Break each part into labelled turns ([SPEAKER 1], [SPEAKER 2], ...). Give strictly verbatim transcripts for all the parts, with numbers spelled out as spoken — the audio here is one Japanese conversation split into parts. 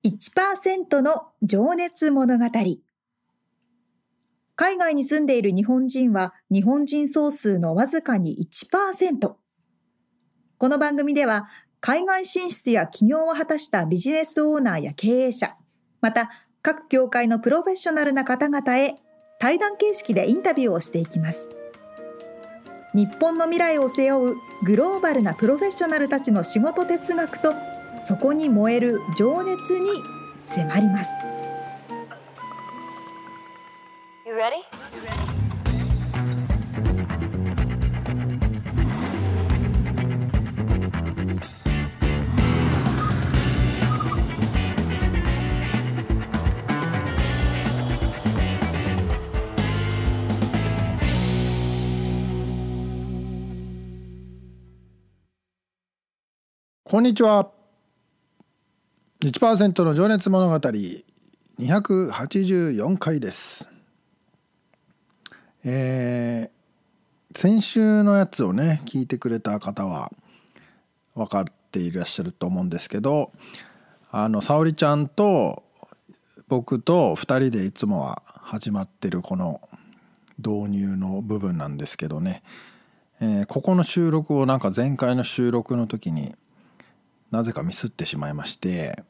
[SPEAKER 1] いちパーセント の情熱物語。海外に住んでいる日本人は日本人総数のわずかに いちパーセント。この番組では海外進出や起業を果たしたビジネスオーナーや経営者、また各業界のプロフェッショナルな方々へ対談形式でインタビューをしていきます。日本の未来を背負うグローバルなプロフェッショナルたちの仕事哲学とそこに燃える情熱に迫ります。
[SPEAKER 2] You ready?
[SPEAKER 3] こんにちは。いちパーセント の情熱物語にひゃくはちじゅうよんかいです。えー、先週のやつをね聞いてくれた方は分かっていらっしゃると思うんですけど、あの沙織ちゃんと僕とふたりでいつもは始まってるこの導入の部分なんですけどね、えー、ここの収録をなんか前回の収録の時になぜかミスってしまいまして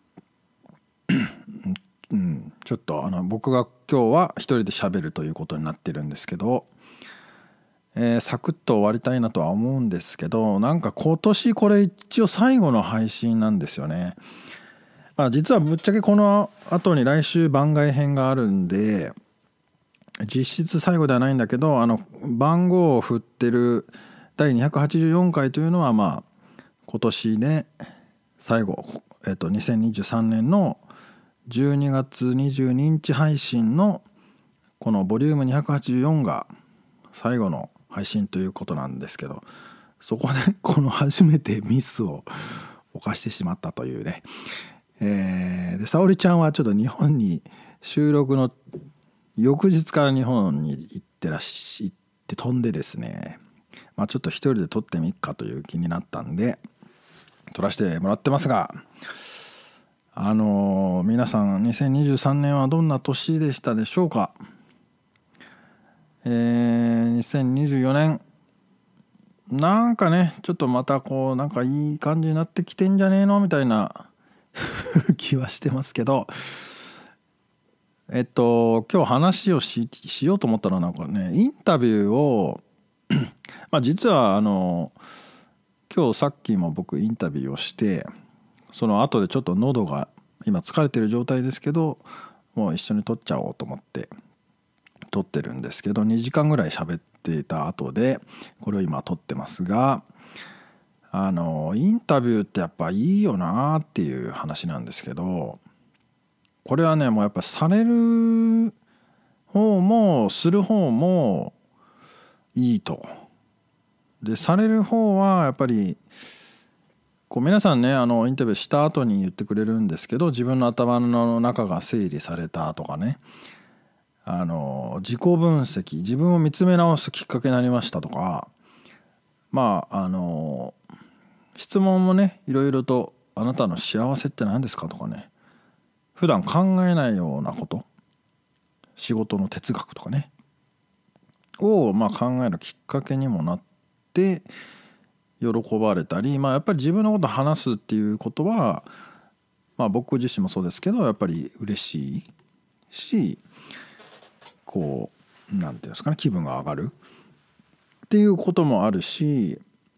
[SPEAKER 3] うん、ちょっとあの僕が今日は一人で喋るということになってるんですけど、えー、サクッと終わりたいなとは思うんですけど、なんか今年これ一応最後の配信なんですよね。まあ、実はぶっちゃけこの後に来週番外編があるんで実質最後ではないんだけど、あの番号を振ってるだいにひゃくはちじゅうよんかいというのはまあ今年ね最後、えっと、にせんにじゅうさんねんのじゅうにがつにじゅうににち配信のこのボリュームにひゃくはちじゅうよんが最後の配信ということなんですけど、そこでこの初めてミスを犯してしまったというね、えー、で沙織ちゃんはちょっと日本に収録の翌日から日本に行ってらっし行って飛んでですね、まあ、ちょっと一人で撮ってみっかという気になったんで撮らせてもらってますが、あのー、皆さんにせんにじゅうさんねんはどんな年でしたでしょうか。えー、にせんにじゅうよねんなんかねちょっとまたこうなんかいい感じになってきてんじゃねえのみたいな気はしてますけど、えっと今日話を し, しようと思ったのはなんかねインタビューをまあ実はあの今日さっきも僕インタビューをしてその後でちょっと喉が今疲れてる状態ですけどもう一緒に撮っちゃおうと思って撮ってるんですけどにじかんぐらい喋っていた後でこれを今撮ってますが、あのインタビューってやっぱいいよなっていう話なんですけど、これはねもうやっぱされる方もする方もいいと。でされる方はやっぱりこう皆さんねあのインタビューした後に言ってくれるんですけど、自分の頭の中が整理されたとかね、あの自己分析自分を見つめ直すきっかけになりましたとか、まああの質問もねいろいろとあなたの幸せって何ですかとかね、普段考えないようなこと仕事の哲学とかねをまあ考えるきっかけにもなって喜ばれたり、まあやっぱり自分のことを話すっていうことはまあ僕自身もそうですけどやっぱり嬉しいし、こうなんていうんですかね気分が上がるっていうこともあるし、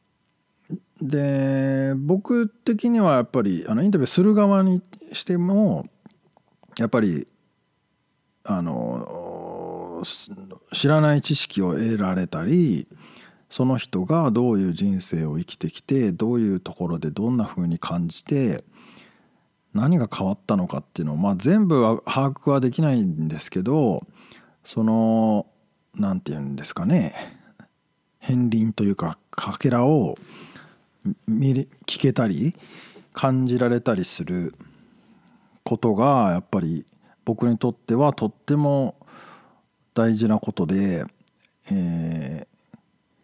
[SPEAKER 3] で僕的にはやっぱりあのインタビューする側にしてもやっぱりあの知らない知識を得られたり、その人がどういう人生を生きてきてどういうところでどんな風に感じて何が変わったのかっていうのを、まあ、全部は把握はできないんですけど、そのなんていうんですかね片鱗というかかけらを見聞けたり感じられたりすることがやっぱり僕にとってはとっても大事なことで、え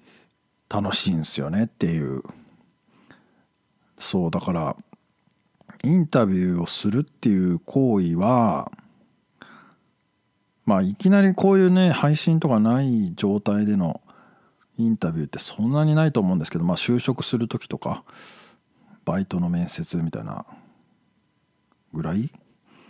[SPEAKER 3] ー、楽しいんですよねっていう。そうだからインタビューをするっていう行為はまあいきなりこういうね配信とかない状態でのインタビューってそんなにないと思うんですけど、まあ就職する時とかバイトの面接みたいなぐらい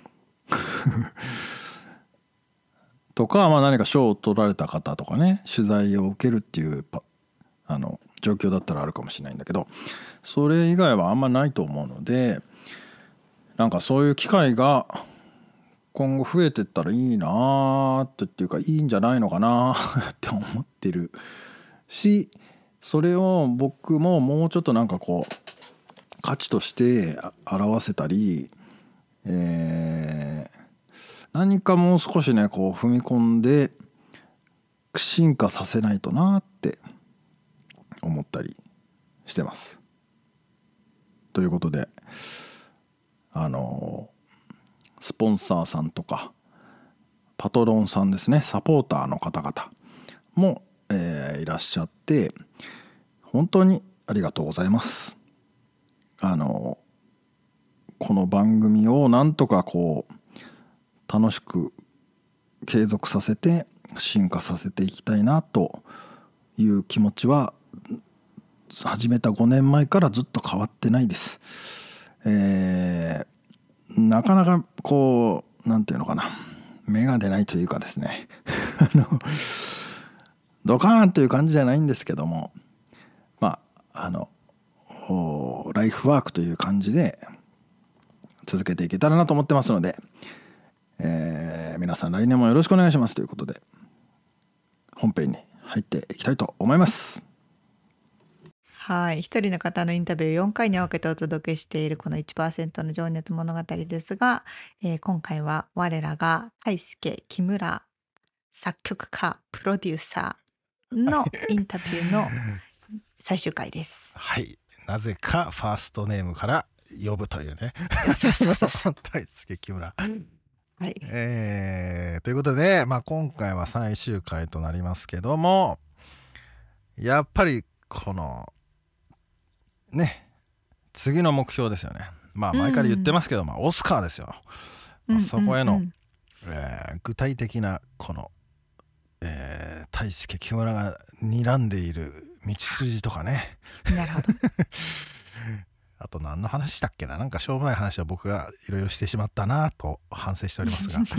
[SPEAKER 3] とか、まあ何か賞を取られた方とかね取材を受けるっていうあの状況だったらあるかもしれないんだけど、それ以外はあんまないと思うので、なんかそういう機会が今後増えてったらいいなーってっていうかいいんじゃないのかなって思ってるし、それを僕ももうちょっとなんかこう価値として表せたり、えー、何かもう少しねこう踏み込んで進化させないとなって思ったりしてます。ということであのスポンサーさんとかパトロンさんですね、サポーターの方々も、えー、いらっしゃって本当にありがとうございます。あのこの番組をなんとかこう楽しく継続させて進化させていきたいなという気持ちは始めたごねんまえからずっと変わってないです。えーなかなかこうなんていうのかな芽が出ないというかですねあのドカーンという感じじゃないんですけども、まああのライフワークという感じで続けていけたらなと思ってますので、えー、皆さん来年もよろしくお願いしますということで本編に入っていきたいと思います。
[SPEAKER 1] はい、一人の方のインタビューをよんかいに分けてお届けしているこの いちパーセント の情熱物語ですが、えー今回は我らが大輔木村作曲家プロデューサーのインタビューの最終回です。
[SPEAKER 4] はい、なぜかファーストネームから呼ぶというね
[SPEAKER 1] そうそうそうそう
[SPEAKER 4] 大輔木村、
[SPEAKER 1] はい、
[SPEAKER 4] えーということで、まあ、今回は最終回となりますけども、やっぱりこのね次の目標ですよね。まあ前から言ってますけど、まあ、オスカーですよ。まあ、そこへの、
[SPEAKER 1] うんうんうん
[SPEAKER 4] えー具体的なこの、えー大輔木村が睨んでいる道筋とかね
[SPEAKER 1] なるほど
[SPEAKER 4] あと何の話したっけな、なんかしょうもない話は僕がいろいろしてしまったなと反省しておりますが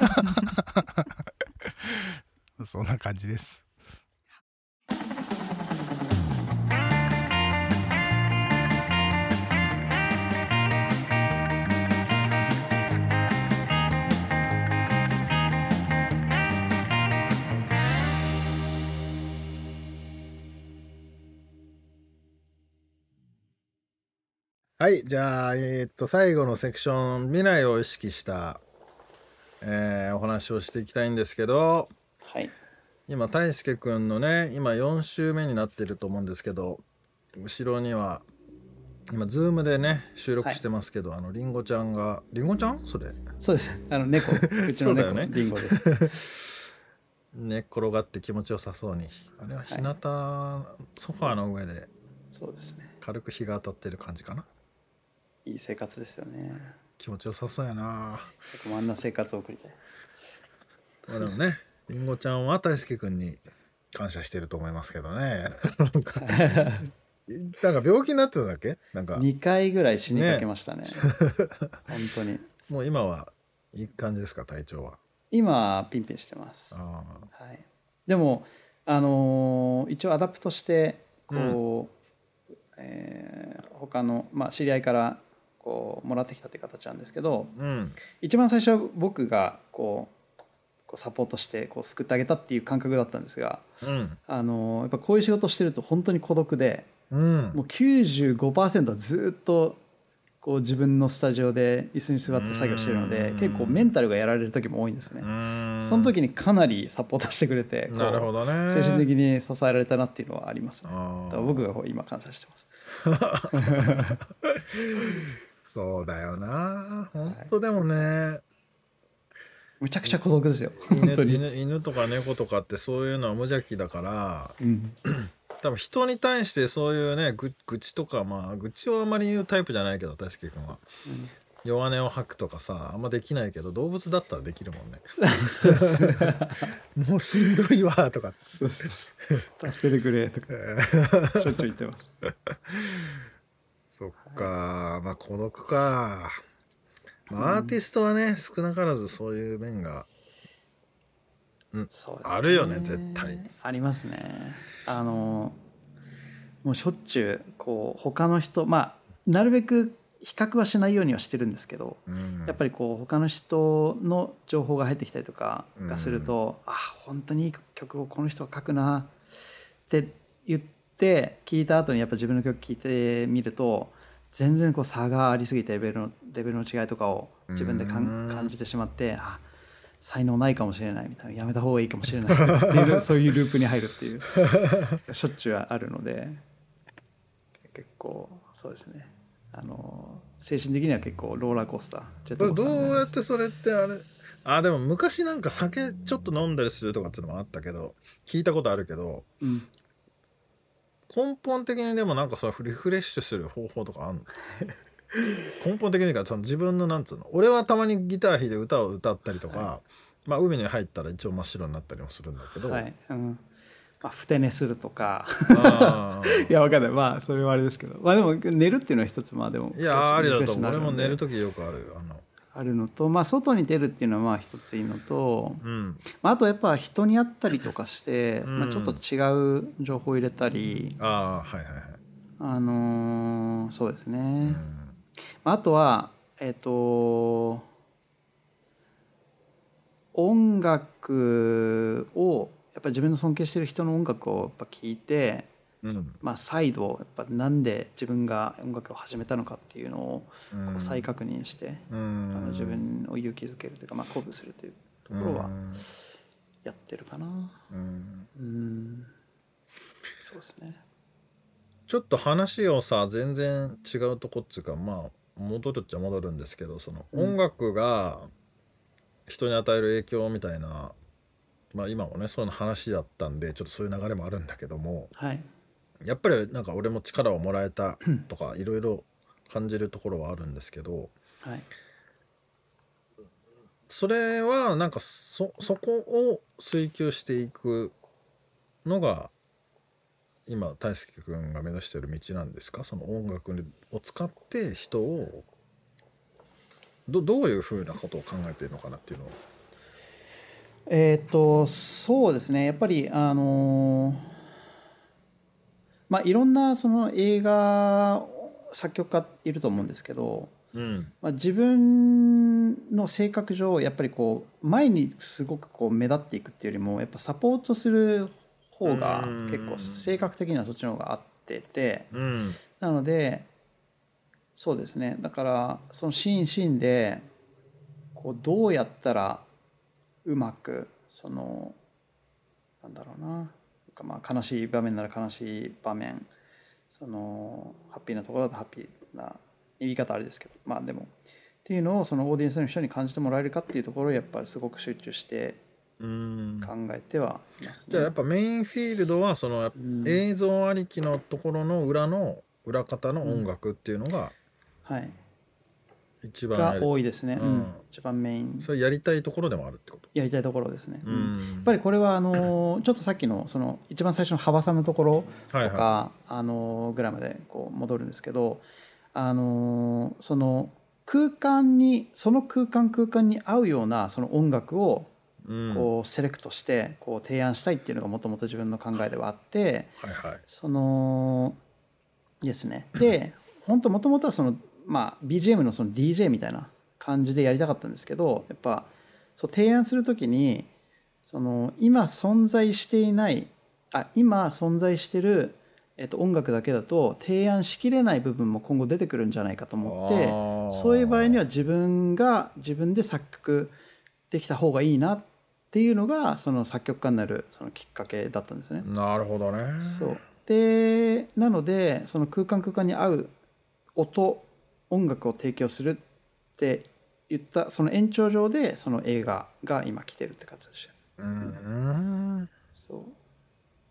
[SPEAKER 4] そんな感じです。はい、じゃあ、えーっと最後のセクション、未来を意識した、えーお話をしていきたいんですけど、
[SPEAKER 3] はい
[SPEAKER 4] 今大輔くんのね今よん週目になってると思うんですけど、後ろには今ズームでね収録してますけど、あのリンゴちゃんがリンゴちゃんそれ
[SPEAKER 5] そうです。あの猫、うちの猫、
[SPEAKER 4] そうだよね
[SPEAKER 5] リンゴです。
[SPEAKER 4] 寝っ転がって気持ちよさそうに、あれは日向、ソファーの上で
[SPEAKER 5] そうですね。
[SPEAKER 4] 軽く日が当たってる感じかな。
[SPEAKER 5] いい生活ですよね。
[SPEAKER 4] 気持ちよさそうやな。
[SPEAKER 5] 僕もあんな生活を送りたい。
[SPEAKER 4] まあでもね、りんごちゃんは大輔くんに感謝してると思いますけどね。なんか病気になってたんだっけ？なんか
[SPEAKER 5] にかいぐらい死にかけましたね。本当に。
[SPEAKER 4] もう今はいい感じですか、体調は？
[SPEAKER 5] 今ピンピンしてます。
[SPEAKER 4] あ
[SPEAKER 5] はい。でもあのー一応アダプトしてこう、えー他のまあ知り合いからこうもらってきたって形なんですけど、
[SPEAKER 4] ーうん
[SPEAKER 5] 一番最初は僕がこうこうサポートしてこう救ってあげたっていう感覚だったんですが、
[SPEAKER 4] うん
[SPEAKER 5] あのーやっぱこういう仕事してると本当に孤独で。
[SPEAKER 4] うん
[SPEAKER 5] もう きゅうじゅうごパーセント はずっとこう自分のスタジオで椅子に座って作業してるので
[SPEAKER 4] うん
[SPEAKER 5] 結構メンタルがやられる時も多いんですね。
[SPEAKER 4] うん
[SPEAKER 5] その時にかなりサポートしてくれてこう
[SPEAKER 4] なるほどね。
[SPEAKER 5] 精神的に支えられたなっていうのはありますね。
[SPEAKER 4] あー
[SPEAKER 5] だから僕がこう今感謝してます。
[SPEAKER 4] そうだよな。本当でもね、
[SPEAKER 5] むちゃくちゃ孤独ですよ本当に。
[SPEAKER 4] 犬、犬、犬とか猫とかってそういうのは無邪気だから、
[SPEAKER 5] うん、
[SPEAKER 4] 多分人に対してそういうねぐ愚痴とか、まあ愚痴をあまり言うタイプじゃないけど大輔君は、
[SPEAKER 5] うん、
[SPEAKER 4] 弱音を吐くとかさあんまできないけど動物だったらできるもんね
[SPEAKER 5] そうそう
[SPEAKER 4] もうしんどいわとか
[SPEAKER 5] そうそうそう助けてくれとかしょっちゅう言ってます
[SPEAKER 4] そっか、はい、まあ孤独か、まあ、アーティストはね、うん、少なからずそういう面が、うんそうですね、あるよね絶対
[SPEAKER 5] ありますね。あのもうしょっちゅうこう他の人まあなるべく比較はしないようにはしてるんですけど、うん、やっぱりこう他の人の情報が入ってきたりとかがすると、うん、あ本当にいい曲をこの人が書くなって言って聞いた後にやっぱ自分の曲聴いてみると全然こう差がありすぎてレベルのレベルの違いとかを自分でかん、うん、感じてしまってあ才能ないかもしれないみたいなやめた方がいいかもしれないっていうそういうループに入るっていうしょっちゅうあるので結構そうですねあの精神的には結構ローラーコースタージェットコースター
[SPEAKER 4] どうやってそれってあれあでも昔なんか酒ちょっと飲んだりするとかっていうのもあったけど聞いたことあるけど、うん、根本的にでもなんかそのリフレッシュする方法とかあるの根本的にかその自分のなんつうの俺はたまにギター弾いて歌を歌ったりとか、はい、まあ海に入ったら一応真っ白になったりもするんだけど、
[SPEAKER 5] はいうんまあ、ふて寝するとかいやわかんないまあそれはあれですけどまあでも寝るっていうのは一つまあでも
[SPEAKER 4] いやありだと思う俺も寝る時よくあるあの
[SPEAKER 5] あるのとまあ外に出るっていうのはまあ一ついいのと、うんまあ、あとやっぱ人に会ったりとかして、うんまあ、ちょっと違う情報を入れたり
[SPEAKER 4] あはいはいはい
[SPEAKER 5] あのー、そうですね、うんあとはえっと音楽をやっぱり自分の尊敬してる人の音楽をやっぱ聞いて、うんまあ、再度やっぱなんで自分が音楽を始めたのかっていうのをこう再確認して、うん、あの自分を勇気づけるというか、まあ、鼓舞するというところはやってるかな、うん、うんそうですね。
[SPEAKER 4] ちょっと話をさ全然違うとこっていうかまあ戻るっちゃ戻るんですけどその音楽が人に与える影響みたいな、まあ今もねそういう話だったんでちょっとそういう流れもあるんだけども、はい、やっぱりなんか俺も力をもらえたとかいろいろ感じるところはあるんですけど、はい、それはなんか そ, そこを追求していくのが今大輔君が目指している道なんですか？その音楽を使って人を ど, どういうふうなことを考えているのかなっていうのを
[SPEAKER 5] えっ、ー、とそうですねやっぱりあのまあいろんなその映画作曲家いると思うんですけど、うんまあ、自分の性格上やっぱりこう前にすごくこう目立っていくっていうよりもやっぱサポートする方が結構性格的にはそっちの方が合ってて、うん、なのでそうですねだからそのシーンシーンでこうどうやったらうまくそのなんだろうな、なんかまあ悲しい場面なら悲しい場面そのハッピーなところだとハッピーな言い方あれですけどまあでもっていうのをそのオーディエンスの人に感じてもらえるかっていうところをやっぱりすごく集中して考えてはいますね。
[SPEAKER 4] じゃあやっぱメインフィールドはその映像ありきのところの裏の裏方の音楽っていうのが、うん、はい一番
[SPEAKER 5] が多いですね、うん、一番メイン
[SPEAKER 4] それやりたいところでもあるってこと？
[SPEAKER 5] やりたいところですね、うん、やっぱりこれはあのちょっとさっきのその一番最初の幅さのところとか、はいはい、あのぐらいまでこう戻るんですけどあのその空間にその空間空間に合うようなその音楽をこうセレクトしてこう提案したいっていうのがもともと自分の考えではあって、はいはい、そのですねで本当もともとはそのまあ、ビージーエム の, その ディージェー みたいな感じでやりたかったんですけどやっぱそう提案するときにその今存在していないあ今存在してる、えっと、音楽だけだと提案しきれない部分も今後出てくるんじゃないかと思ってそういう場合には自分が自分で作曲できた方がいいなっていうのがその作曲家になるそのきっかけだったんですね。
[SPEAKER 4] なるほどね。
[SPEAKER 5] そうでなのでその空間空間に合う音音楽を提供するって言ったその延長上でその映画が今来てるって形です。うんそう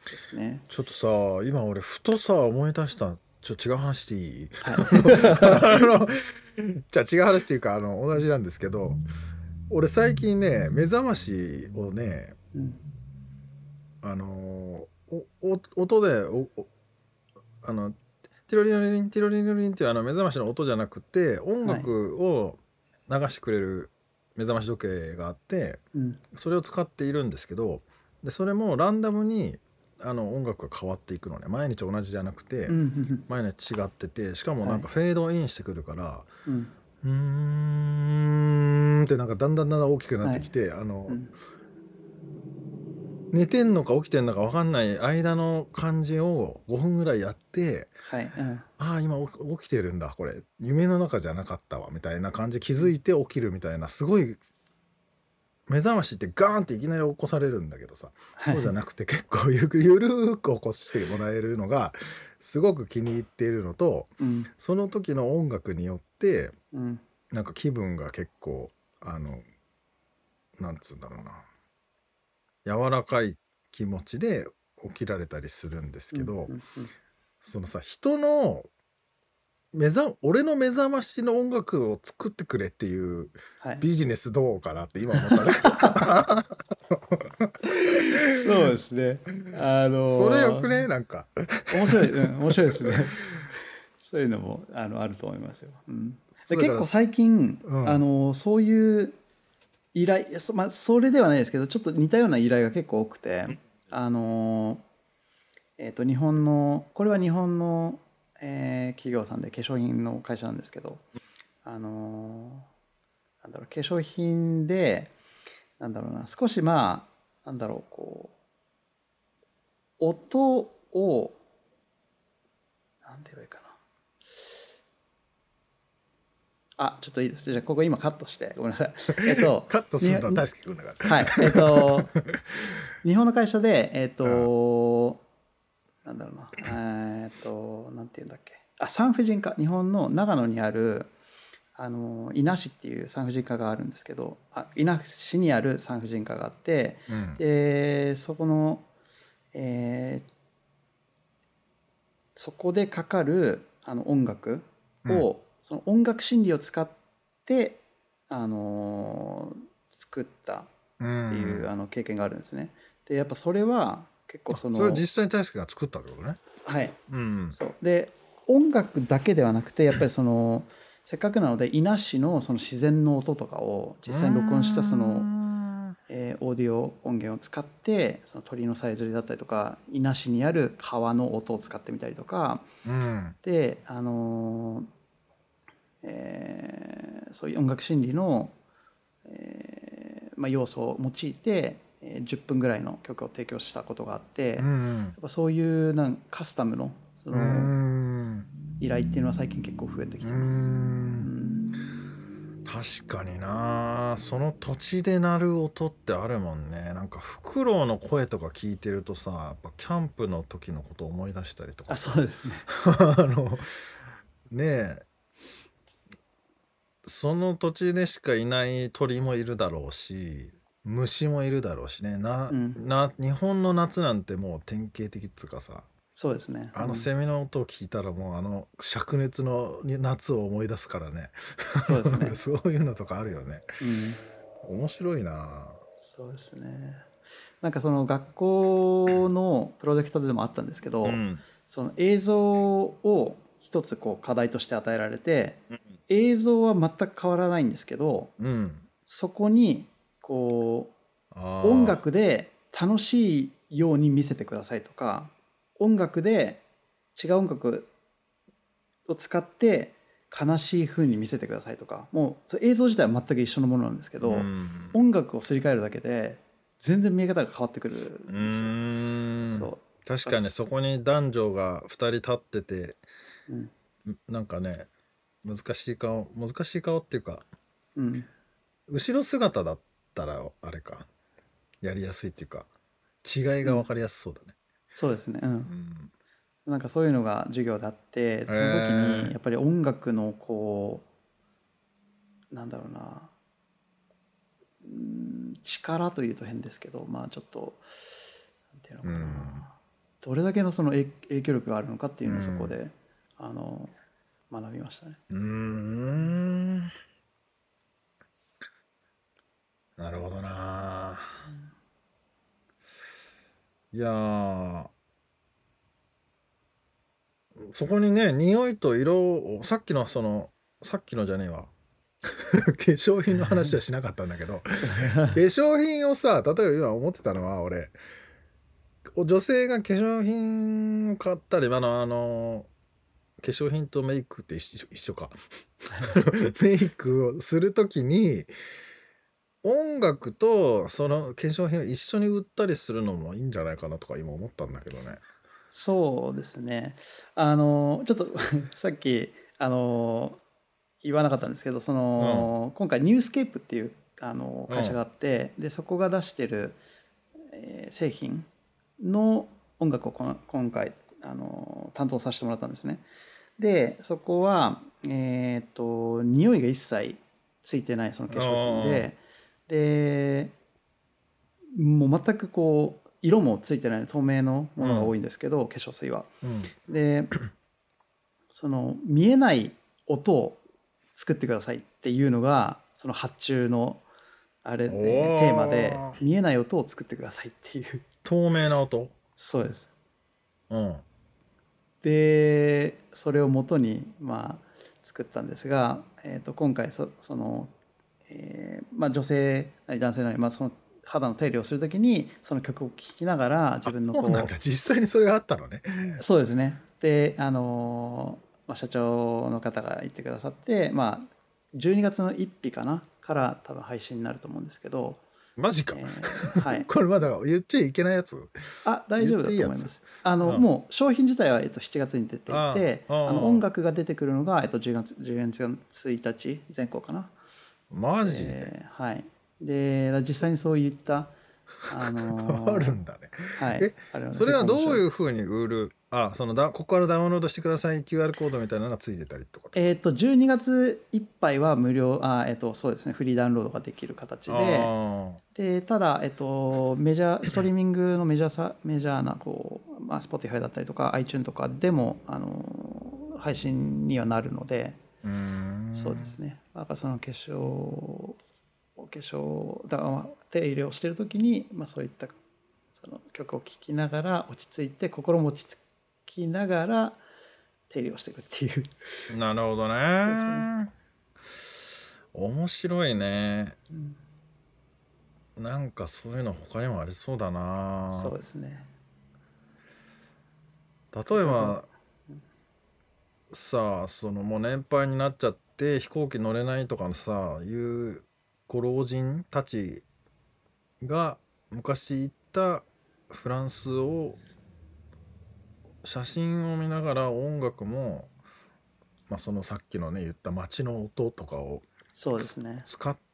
[SPEAKER 5] ですね。
[SPEAKER 3] ちょっとさ今俺ふとさ思い出した。ちょっと違う話していい？
[SPEAKER 5] はい。
[SPEAKER 3] あのじゃあ違う話っていうかあの同じなんですけど、俺最近ね目覚ましをね、
[SPEAKER 5] うん、
[SPEAKER 3] あのおお音でおおあのティロリロリンティロリロリンっていうあの目覚ましの音じゃなくて音楽を流してくれる目覚まし時計があって、
[SPEAKER 5] うん、
[SPEAKER 3] それを使っているんですけど、でそれもランダムにあの音楽が変わっていくのね。毎日同じじゃなくて、
[SPEAKER 5] うん、
[SPEAKER 3] 毎日違ってて、しかもなんか
[SPEAKER 5] はい
[SPEAKER 3] フェードインしてくるから、
[SPEAKER 5] うん
[SPEAKER 3] うーんってなんかだんだんだんだん大きくなってきて、あの、
[SPEAKER 5] うん、
[SPEAKER 3] 寝てんのか起きてんのか分かんない間の感じをごふんぐらいやって、
[SPEAKER 5] はいうん、
[SPEAKER 3] ああ今起起きてるんだ、これ夢の中じゃなかったわみたいな感じ気づいて起きるみたいな、すごい目覚ましってガーンっていきなり起こされるんだけどさ、
[SPEAKER 5] はい
[SPEAKER 3] そうじゃなくて結構ゆるゆるーく起こしてもらえるのがすごく気に入っているのと、
[SPEAKER 5] うん
[SPEAKER 3] その時の音楽によって
[SPEAKER 5] うん
[SPEAKER 3] なんか気分が結構あのなんつうんだろうな、柔らかい気持ちで起きられたりするんですけど、
[SPEAKER 5] うんうん
[SPEAKER 3] そのさ人の目覚俺の目覚ましの音楽を作ってくれっていう
[SPEAKER 5] はい
[SPEAKER 3] ビジネスどうかなって今思ったね。
[SPEAKER 5] そうですね。あのー
[SPEAKER 3] それよくねなんか
[SPEAKER 5] 面白い、うん、面白いですね。そういうのもあのあると思いますよ。うん、で結構最近、
[SPEAKER 3] うん、
[SPEAKER 5] あのそういう依頼、そ、まあ、それではないですけど、ちょっと似たような依頼が結構多くて、あのえっと日本のこれは日本の、えー企業さんで化粧品の会社なんですけど、あのなんだろう化粧品でなんだろうな少しまあなんだろうこう音をなんて言えばいいかな。あ、ちょっといいです。じゃあここ今カットしてごめんなさい。えっと
[SPEAKER 3] カットするのは
[SPEAKER 5] に
[SPEAKER 3] 大輔君だから。
[SPEAKER 5] はいえっと日本の会社でえっとなんだろうなえっとなんて言うんだっけあ産婦人科日本の長野にあるあの伊那市っていう産婦人科があるんですけどあ伊那市にある産婦人科があって、
[SPEAKER 3] うん、
[SPEAKER 5] でそこの、えーそこでかかるあの音楽を、
[SPEAKER 3] うん、
[SPEAKER 5] その音楽心理を使ってあの作った
[SPEAKER 3] う
[SPEAKER 5] っていう、
[SPEAKER 3] ん、
[SPEAKER 5] あの経験があるんですね。でやっぱそれは結構その
[SPEAKER 3] それは実際に大輔が作ったってことね。
[SPEAKER 5] はい
[SPEAKER 3] うん、
[SPEAKER 5] そうで音楽だけではなくてやっぱりそのせっかくなので伊那市のその自然の音とかを実際に録音したその、えーオーディオ音源を使ってその鳥のさえずりだったりとか伊那市にある川の音を使ってみたりとか
[SPEAKER 3] うん、
[SPEAKER 5] であのーえーそういう音楽心理の、えーまあ、要素を用いて、えーじゅっぷんぐらいの曲を提供したことがあって
[SPEAKER 3] う
[SPEAKER 5] や
[SPEAKER 3] ん、
[SPEAKER 5] っぱそういうなんカスタムのその、
[SPEAKER 3] うん
[SPEAKER 5] 依頼っていうのは最近結構増えてきて
[SPEAKER 3] う
[SPEAKER 5] ます。うん
[SPEAKER 3] ん、確かにな、その土地で鳴る音ってあるもんね。なんかフクロウの声とか聞いてるとさ、やっぱキャンプの時のことを思い出したりとか
[SPEAKER 5] あ、
[SPEAKER 3] さ、
[SPEAKER 5] そうですね。
[SPEAKER 3] あのねえ、その土地でしかいない鳥もいるだろうし虫もいるだろうしね。な、
[SPEAKER 5] うん、
[SPEAKER 3] な日本の夏なんてもう典型的っつうかさ、
[SPEAKER 5] そうですね。
[SPEAKER 3] あの
[SPEAKER 5] うん
[SPEAKER 3] セミの音を聞いたらもうあの灼熱の夏を思い出すからね。
[SPEAKER 5] そうですね。
[SPEAKER 3] そういうのとかあるよね。
[SPEAKER 5] うん、
[SPEAKER 3] 面白いな。
[SPEAKER 5] そうですね。なんかその学校のプロジェクトでもあったんですけど、
[SPEAKER 3] うん
[SPEAKER 5] その映像を一つこう課題として与えられて、映像は全く変わらないんですけど、
[SPEAKER 3] うん
[SPEAKER 5] そこにこう
[SPEAKER 3] あー
[SPEAKER 5] 音楽で楽しいように見せてくださいとか、音楽で違う音楽を使って悲しい風に見せてくださいとか、もうそれ映像自体は全く一緒のものなんですけど、
[SPEAKER 3] うん
[SPEAKER 5] 音楽をすり替えるだけで全然見え方が変わってくる
[SPEAKER 3] うん
[SPEAKER 5] ですよ。
[SPEAKER 3] ーん
[SPEAKER 5] そう
[SPEAKER 3] 確かにそこに男女がふたり立ってて、
[SPEAKER 5] うん
[SPEAKER 3] なんかね難しい顔難しい顔っていうか
[SPEAKER 5] うん
[SPEAKER 3] 後ろ姿だったらあれかやりやすいっていうか違いが分かりやすそうだね。
[SPEAKER 5] そうですね、うん
[SPEAKER 3] うん
[SPEAKER 5] なんかそういうのが授業であって、その時
[SPEAKER 3] へー
[SPEAKER 5] にやっぱり音楽のこうなんだろうな、うん力というと変ですけど、まあちょっとなんていうのかな、
[SPEAKER 3] うん
[SPEAKER 5] どれだけのその影影響力があるのかっていうのをそこで、うん、あの学びましたね。
[SPEAKER 4] うーん、なるほどな、うん、いやーそこにね匂いと色をさっきのそのさっきのじゃねえわ化粧品の話はしなかったんだけど化粧品をさ例えば今思ってたのは俺女性が化粧品を買ったりあのあの化粧品とメイクって一緒、一緒かメイクをするときに音楽とその化粧品を一緒に売ったりするのもいいんじゃないかなとか今思ったんだけどね。
[SPEAKER 5] そうですね。あのちょっとさっきあの言わなかったんですけどその、うん、今回ニュースケープっていうあの会社があって、うん、でそこが出してる、えー、製品の音楽をこの今回あの担当させてもらったんですね。でそこは、えー、と匂いが一切ついてないその化粧品ででもう全くこう色もついてない透明のものが多いんですけど、うん、化粧水は。うん、でその見えない音を作ってくださいっていうのがその発注のあれ、ね、テーマで見えない音を作ってくださいっていう
[SPEAKER 4] 透明な音。
[SPEAKER 5] そうです、
[SPEAKER 4] うん、
[SPEAKER 5] でそれを元にまあ作ったんですが、えー、と今回 そ, その、えーまあ、女性なり男性なり、まあ、その肌の手入れをするときにその曲を聴きながら自分のこう
[SPEAKER 4] そうなんだ実際にそれがあったのね。
[SPEAKER 5] そうですね。であの、まあ、社長の方が言ってくださって、まあ、じゅうにがつのついたちかなから多分配信になると思うんですけど。
[SPEAKER 4] マジか、
[SPEAKER 5] えーはい、
[SPEAKER 4] これまだ言っちゃいけないやつ。
[SPEAKER 5] あ大丈夫だと思います。あの、うん、もう商品自体は、えっと、しちがつに出ていてああの音楽が出てくるのが、えっと、じゅうがつついたち前後かな。
[SPEAKER 4] マジで、
[SPEAKER 5] えー、はいで実際にそういったあのー、
[SPEAKER 4] あるんだね。
[SPEAKER 5] はい、
[SPEAKER 4] えそれはどういうふうに売るあそのだここからダウンロードしてください キューアール コードみたいなのがついてたりとか。
[SPEAKER 5] えっとじゅうにがついっぱいは無料あ、えっとそうですね、フリーダウンロードができる形ででただ、えっと、メジャーストリーミングのメジャーさメジャーなこう、まあ、Spotify だったりとか iTunes とかでもあの配信にはなるので
[SPEAKER 4] うーん
[SPEAKER 5] そうですね。だからその化粧お化粧だから手入れをしている時に、まあ、そういったその曲を聴きながら落ち着いて心も落ち着きながら手入れをしていくっていう。
[SPEAKER 4] なるほどね。面白いね、うん、なんかそういうの他にもありそうだな。
[SPEAKER 5] そうですね。
[SPEAKER 4] 例えばさあそのもう年配になっちゃって飛行機乗れないとかのさいうご老人たちが昔行ったフランスを写真を見ながら音楽も、まあ、そのさっきのね言った街の音とかを
[SPEAKER 5] そうですね
[SPEAKER 4] 使って、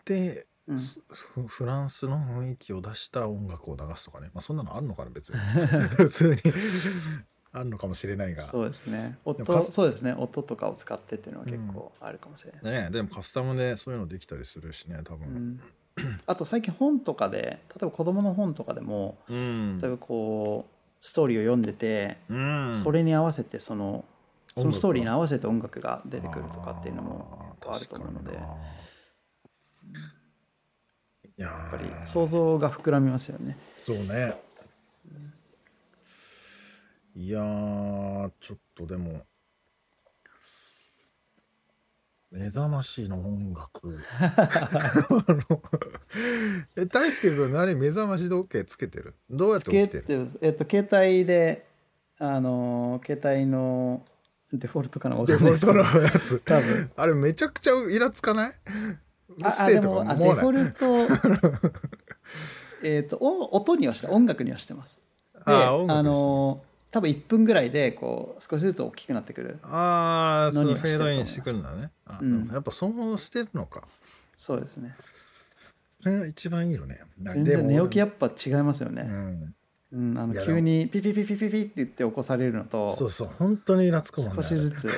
[SPEAKER 5] うん、
[SPEAKER 4] フ, フランスの雰囲気を出した音楽を流すとかね、まあ、そんなのあるのかな別に普通にあるのかもしれないが
[SPEAKER 5] そうですね音そうですね音とかを使ってっていうのは結構あるかもしれない、
[SPEAKER 4] うんね、でもカスタムでそういうのできたりするしね多分、
[SPEAKER 5] うん、あと最近本とかで例えば子供の本とかでも、
[SPEAKER 4] うん、
[SPEAKER 5] 例えばこうストーリーを読んでて、
[SPEAKER 4] うん、
[SPEAKER 5] それに合わせてそのそのストーリーに合わせて音楽が出てくるとかっていうのもあると思うのでやっぱり想像が膨らみますよね。
[SPEAKER 4] そうね、いやーちょっとでも目覚ましの音楽え大輔君何目覚まし時計つけてるどうやって起きてる？
[SPEAKER 5] つけて、えっと、携帯であの携帯のデフォルトかな
[SPEAKER 4] デフォルトのやつ
[SPEAKER 5] 多分
[SPEAKER 4] あれめちゃくちゃイラつかない？
[SPEAKER 5] あでもあデフォルトえっと音にはして音楽にはしてます。でああの多分いっぷんぐらいでこう少しずつ大きくなってくる。
[SPEAKER 4] ああ、そのフェードインしてくるんだね。あ、うん、やっぱそうしてるのか。
[SPEAKER 5] そうですね。
[SPEAKER 4] それが一番いいよね。
[SPEAKER 5] 全然寝起きやっぱ違いますよね。
[SPEAKER 4] うん
[SPEAKER 5] うん、あの急にピピピピピピって言って起こされるのと、
[SPEAKER 4] そうそう本当にイラつくもんね。
[SPEAKER 5] 少しずつ。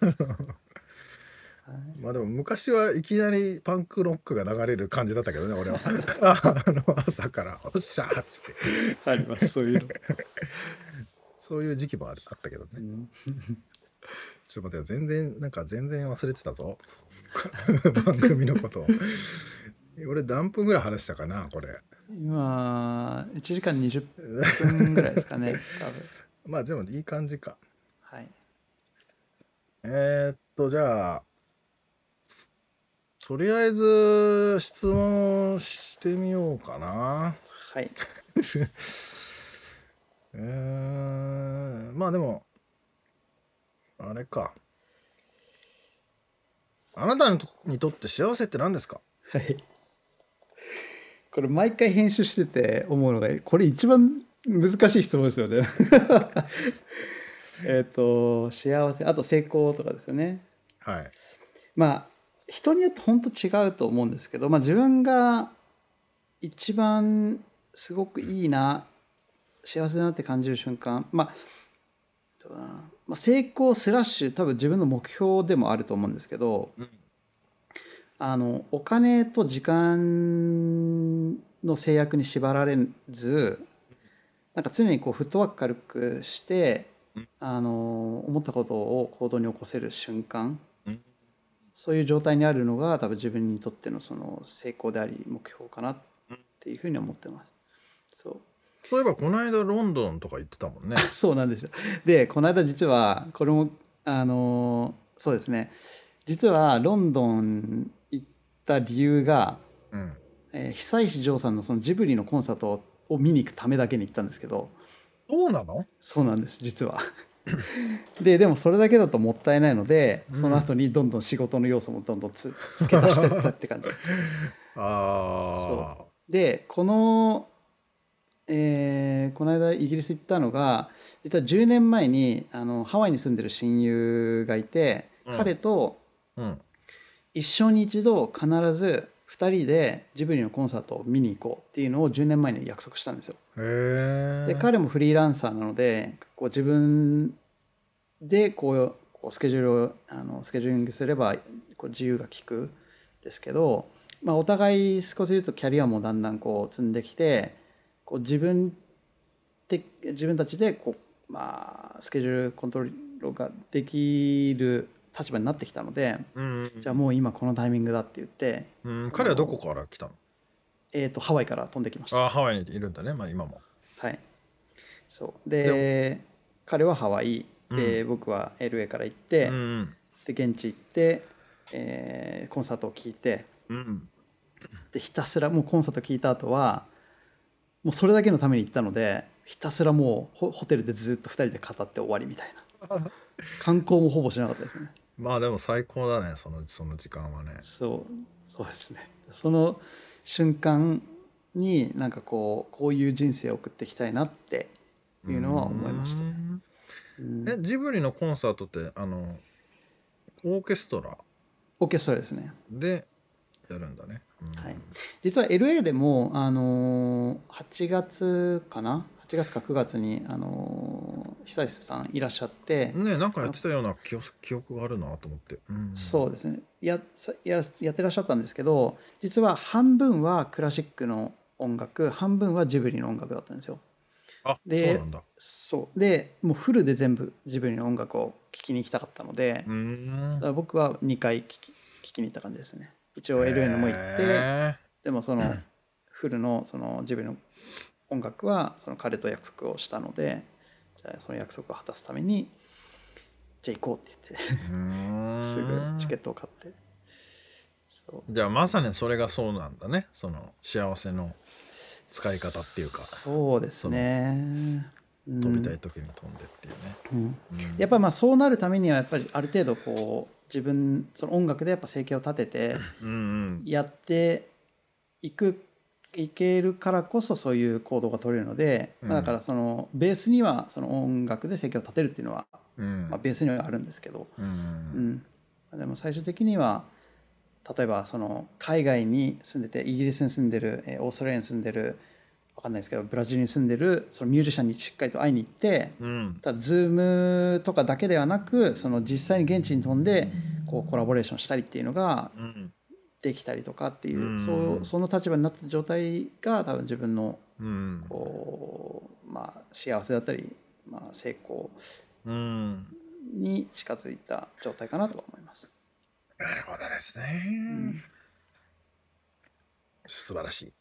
[SPEAKER 4] まあでも昔はいきなりパンクロックが流れる感じだったけどね俺はあの朝からおっしゃーっつって
[SPEAKER 5] ありますそういうの
[SPEAKER 4] そういう時期もあったけどね、うん、ちょっと待って、全然なんか全然忘れてたぞ番組のことを俺何分ぐらい話したかなこれ。
[SPEAKER 5] 今いちじかんにじゅっぷんぐらいですかね多分
[SPEAKER 4] まあでもいい感じか。
[SPEAKER 5] はい。
[SPEAKER 4] えー、っとじゃあとりあえず質問してみようかな。
[SPEAKER 5] はい
[SPEAKER 4] えー、まあでもあれか、あなたにとって幸せって何ですか？
[SPEAKER 5] はい。これ毎回編集してて思うのが、これ一番難しい質問ですよねえっと幸せ、あと成功とかですよね。
[SPEAKER 4] はい。
[SPEAKER 5] まあ人によって本当違うと思うんですけど、まあ、自分が一番すごくいいな、幸せだなって感じる瞬間、まあどうだな、まあ、成功スラッシュ多分自分の目標でもあると思うんですけど、うん、あのお金と時間の制約に縛られず、なんか常にこうフットワーク軽くして、うん、あの思ったことを行動に起こせる瞬間、うん、そういう状態にあるのが多分自分にとってのその成功であり目標かなっていうふうに思ってます。そう
[SPEAKER 4] そういえばこの間ロンドンとか行ってたもんね
[SPEAKER 5] そうなんですよ。でこの間実はこれもあのそうですね、実はロンドン行った理由が、うんえー、久石譲さんのそのジブリのコンサートを見に行くためだけに行ったんですけど。
[SPEAKER 4] そうなの？
[SPEAKER 5] そうなんです実はででもそれだけだともったいないので、その後にどんどん仕事の要素もどんどん つ, つけ出していったって感じあそうでこの、えー、この間イギリス行ったのが実はじゅうねんまえにあのハワイに住んでる親友がいて、うん、彼と一生に一度必ずふたりでジブリのコンサートを見に行こうっていうのをじゅうねんまえに約束したんですよ。へで彼もフリーランサーなのでこう自分でこうこうスケジュールをあのスケジューリングすればこう自由が利くんですけど、まあ、お互い少しずつキャリアもだんだんこう積んできてこう自分で自分たちでこう、まあ、スケジュールコントロールができる立場になってきたので、うんうん、じゃあもう今このタイミングだって言って、
[SPEAKER 4] うん、彼はどこから来たの？
[SPEAKER 5] えーとハワイから飛んできました。
[SPEAKER 4] あハワイにいるんだね、まあ、今も。
[SPEAKER 5] はいそうで彼はハワイで、うん、僕は エルエー から行って、うん、で現地行って、えー、コンサートを聴いて、うん、でひたすらもうコンサート聴いた後はもうそれだけのために行ったのでひたすらもうホテルでずっとふたりで語って終わりみたいな観光もほぼしなかったですね。
[SPEAKER 4] まあでも最高だね、そのその時間はね。
[SPEAKER 5] そうそうですね。その瞬間になんかこうこういう人生を送っていきたいなっていうのは思いましたね。
[SPEAKER 4] うん、えジブリのコンサートってあのオーケストラ
[SPEAKER 5] オーケストラですね
[SPEAKER 4] でやるんだね。
[SPEAKER 5] うんはい、実は エルエー でもあのはちがつかなはちがつかくがつにあの久石さんいらっしゃって
[SPEAKER 4] ね、なんかやってたような記憶、記憶があるなと思って、うん、
[SPEAKER 5] そうですね や, や, やってらっしゃったんですけど実は半分はクラシックの音楽半分はジブリの音楽だったんですよ。
[SPEAKER 4] あでそうなんだ。
[SPEAKER 5] そうでもうフルで全部ジブリの音楽を聴きに行きたかったのでうんだから僕はにかい聴き、聴きに行った感じですね。一応 エルエー のも行ってでもそのフルのそのジブリの音楽はその彼と約束をしたのでじゃあその約束を果たすためにじゃあ行こうって言ってすぐチケットを買って
[SPEAKER 4] そうじゃあまさにそれがそうなんだね、その幸せの使い方っていうか。
[SPEAKER 5] そうですね、
[SPEAKER 4] 飛びたい時に飛んでっていうね、
[SPEAKER 5] うんうん、やっぱりまあそうなるためにはやっぱりある程度こう自分その音楽でやっぱ生計を立ててやっていくいけるからこそそういう行動が取れるので、うんまあ、だからそのベースにはその音楽で生計を立てるっていうのは、うんまあ、ベースにはあるんですけど、うんうん、でも最終的には例えばその海外に住んでてイギリスに住んでるオーストラリアに住んでる分かんないですけどブラジルに住んでるそのミュージシャンにしっかりと会いに行って、うん、ただ Zoom とかだけではなくその実際に現地に飛んでこうコラボレーションしたりっていうのができたりとかっていう、うん、そうその立場になった状態が多分自分のこう、まあ、幸せだったり、 まあ、成功
[SPEAKER 4] うん
[SPEAKER 5] に近づいた状態かなとは思います。
[SPEAKER 4] なるほどですね、うん、素晴らし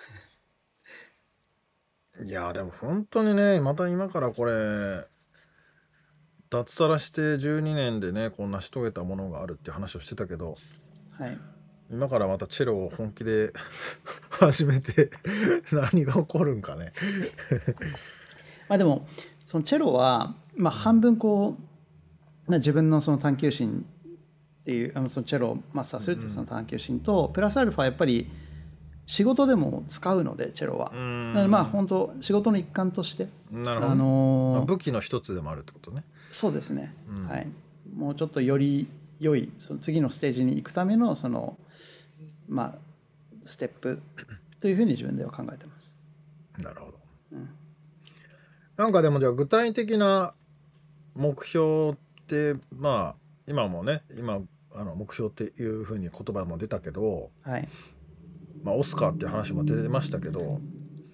[SPEAKER 4] い。いやでも本当にね、また今からこれ脱サラしてじゅうにねんでねこんな成し遂げたものがあるって話をしてたけど、
[SPEAKER 5] はい、
[SPEAKER 4] 今からまたチェロを本気で始めて何が起こるんかね
[SPEAKER 5] まあでもそのチェロは、まあ、半分こう、まあ、自分のその探求心っていうあのそのチェロをマスターするっていうその探求心と、うん、プラスアルファやっぱり仕事でも使うのでチェロは、なのでまあ本当仕事の一環として、
[SPEAKER 4] なるほど、あのーまあ、武器の一つでもあるってことね。
[SPEAKER 5] そうですね、うん、はい、もうちょっとより良いその次のステージに行くためのそのまあステップというふうに自分では考えてます。
[SPEAKER 4] なるほど、うん、なんかでもじゃあ具体的な目標ってまあ今もね今あの目標っていうふうに言葉も出たけど、
[SPEAKER 5] はい、
[SPEAKER 4] まあオスカーっていう話も出てましたけど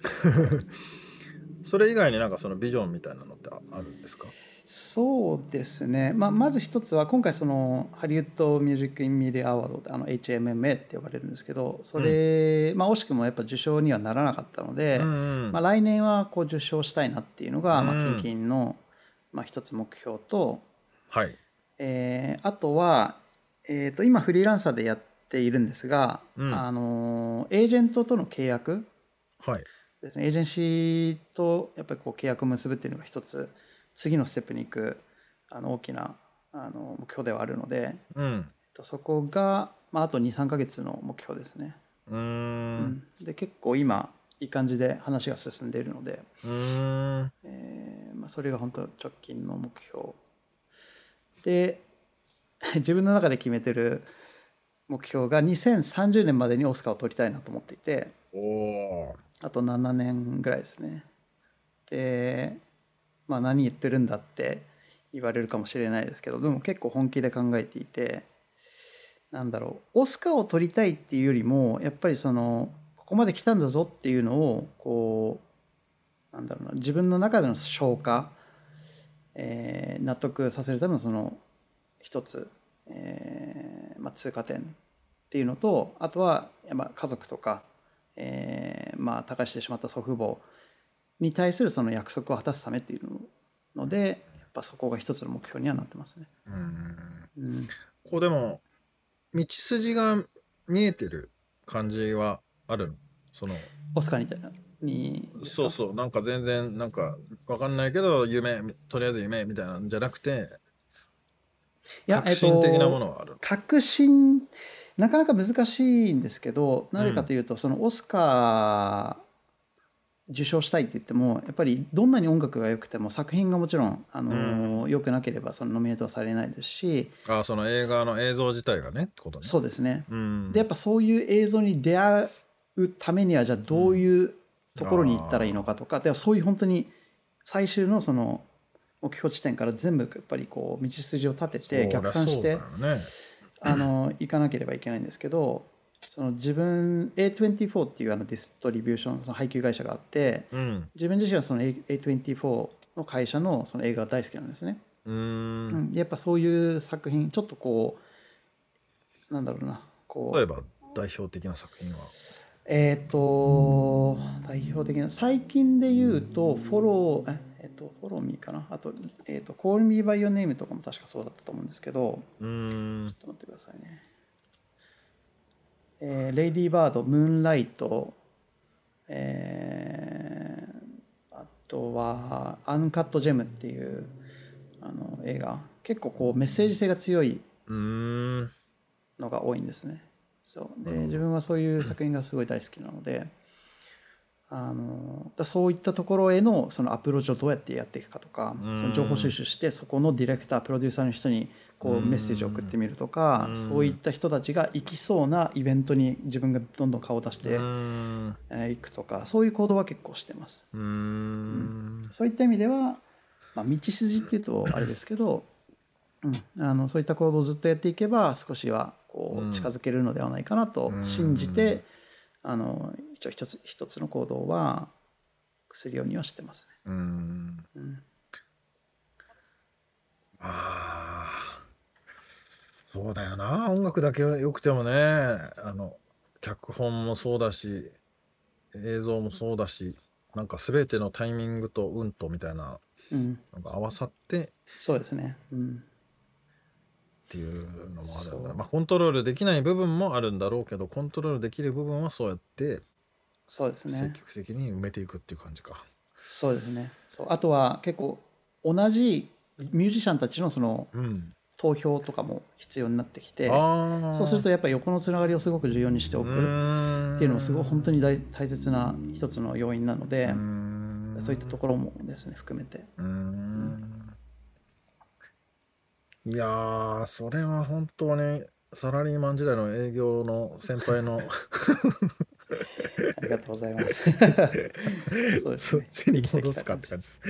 [SPEAKER 4] それ以外になんかそのビジョンみたいなのってあるんですか？
[SPEAKER 5] そうですね、まあ、まず一つは今回そのハリウッドミュージック・イン・メディア・アワードあの エイチエムエムエー って呼ばれるんですけどそれ、うん、まあ惜しくもやっぱ受賞にはならなかったので、うんうんまあ、来年はこう受賞したいなっていうのが、うんまあ、近々のまあ一つ目標と、
[SPEAKER 4] はい
[SPEAKER 5] えー、あとは、えー、と今フリーランサーでやっているんですが、うん、あのエージェントとの契約ですね、エージェンシーとやっぱりこう契約を結ぶっていうのが一つ次のステップに行くあの大きなあの目標ではあるので、うんえっと、そこが、まあ、あと にさんかげつの目標ですね。
[SPEAKER 4] うーん、うん、
[SPEAKER 5] で結構今いい感じで話が進んでいるので、
[SPEAKER 4] うーん、
[SPEAKER 5] えーまあ、それが本当直近の目標で自分の中で決めてる目標がにせんさんじゅうねんまでにオスカーを取りたいなと思っていて、
[SPEAKER 4] お
[SPEAKER 5] あとななねんぐらいですね。でまあ何言ってるんだって言われるかもしれないですけどでも結構本気で考えていて、なんだろうオスカーを取りたいっていうよりもやっぱりそのここまで来たんだぞっていうのをこうなんだろうな自分の中での消化、えー、納得させるためのその一つ、えーまあ、通過点っていうのとあとはまあ家族とか、えーまあ、他界してしまった祖父母に対するその約束を果たすためっていうのでやっぱそこが一つの目標にはなってますね。
[SPEAKER 4] うん、うん、こうでも道筋が見えてる感じはあるの？その
[SPEAKER 5] オスカーにに
[SPEAKER 4] そうそうなんか全然なんか分かんないけど夢とりあえず夢みたいなんじゃなくていや革新的なものはある、えっと、
[SPEAKER 5] 革新なかなか難しいんですけどなぜかというと、うん、そのオスカー受賞したいって言ってもやっぱりどんなに音楽が良くても作品がもちろんあの、うん、良くなければそのノミネートはされないですし
[SPEAKER 4] あその映画の映像自体がねってことね。
[SPEAKER 5] そうですね、うん、でやっぱそういう映像に出会うためにはじゃあどういうところに行ったらいいのかとか、うん、でそういう本当に最終のその目標地点から全部やっぱりこう道筋を立てて逆算して、ね、あの行かなければいけないんですけどその自分 エーにじゅうよん っていうあのディストリビューションその配給会社があって、うん、自分自身はその エーにじゅうよん の会社のその映画が大好きなんですね。うん、やっぱそういう作品ちょっとこうなんだろうなこう
[SPEAKER 4] 例えば代表的な作品は
[SPEAKER 5] えっ、ー、と代表的な最近で言うとフォローえっ、ー、とフォローミーかなあとえっ、ー、と Call Me by Your Name とかも確かそうだったと思うんですけどうんちょっと待ってくださいね。えー、レイディーバード、ムーンライト、えー、あとはアンカットジェムっていうあの映画結構こうメッセージ性が強いのが多いんですね。そうで自分はそういう作品がすごい大好きなのであのだそういったところへのそのアプローチをどうやってやっていくかとかその情報収集してそこのディレクタープロデューサーの人にこうメッセージを送ってみるとかそういった人たちが行きそうなイベントに自分がどんどん顔を出していくとかそういう行動は結構してます。うんうん、そういった意味では、まあ、道筋っていうとあれですけど、うん、あのそういった行動をずっとやっていけば少しはこう近づけるのではないかなと信じてあの一応一つ一つの行動はするようにはしてますね。うん、うん、
[SPEAKER 4] あそうだよな、音楽だけ良くてもね、あの脚本もそうだし映像もそうだし、なんか全てのタイミングと運とみたいな、
[SPEAKER 5] うん、
[SPEAKER 4] なんか合わさって
[SPEAKER 5] そうですね、うん、
[SPEAKER 4] っていうのもあるんだ。
[SPEAKER 5] そう
[SPEAKER 4] まあコントロールできない部分もあるんだろうけど、コントロールできる部分はそうやって
[SPEAKER 5] そうですね
[SPEAKER 4] 積極的に埋めていくっていう感じか。
[SPEAKER 5] そうですね。そうあとは結構同じミュージシャンたちのその
[SPEAKER 4] うん
[SPEAKER 5] 投票とかも必要になってきて、
[SPEAKER 4] あ
[SPEAKER 5] そうするとやっぱり横のつながりをすごく重要にしておくっていうのもすごい本当に 大, 大切な一つの要因なので、そういったところもですね含めて。
[SPEAKER 4] うーんいやーそれは本当にサラリーマン時代の営業の先輩の
[SPEAKER 5] ありがとうございます。そうですね。
[SPEAKER 4] そっちに戻すかって感じです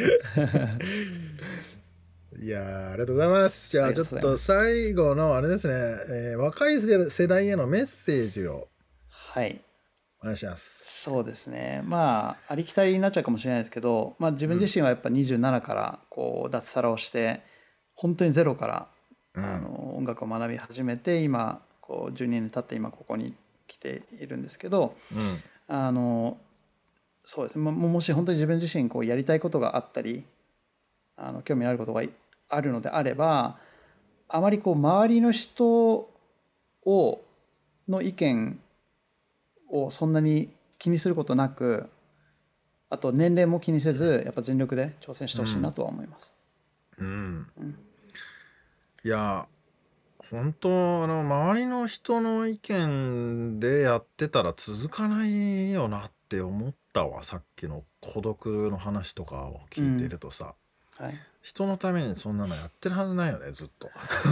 [SPEAKER 4] いやーありがとうございます。じゃあちょっと最後のあれですね、えー若い世世代へのメッセージを
[SPEAKER 5] はい
[SPEAKER 4] お願いします。
[SPEAKER 5] そうですね。まあありきたりになっちゃうかもしれないですけど、まあ、自分自身はやっぱにじゅうななからこう脱サラをして本当にゼロから
[SPEAKER 4] うん
[SPEAKER 5] あの音楽を学び始めて、今こうじゅうにねん経って今ここに来ているんですけど、
[SPEAKER 4] うん
[SPEAKER 5] あのそうですね、ももし本当に自分自身こうやりたいことがあったりあの興味あることがあるのであれば、あまりこう周りの人をの意見をそんなに気にすることなく、あと年齢も気にせずやっぱ全力で挑戦してほしいなとは思います。
[SPEAKER 4] うん
[SPEAKER 5] うん
[SPEAKER 4] いや本当あの周りの人の意見でやってたら続かないよなって思ったわ。さっきの孤独の話とかを聞いてるとさ、
[SPEAKER 5] はい、
[SPEAKER 4] 人のためにそんなのやってるはずないよねずっと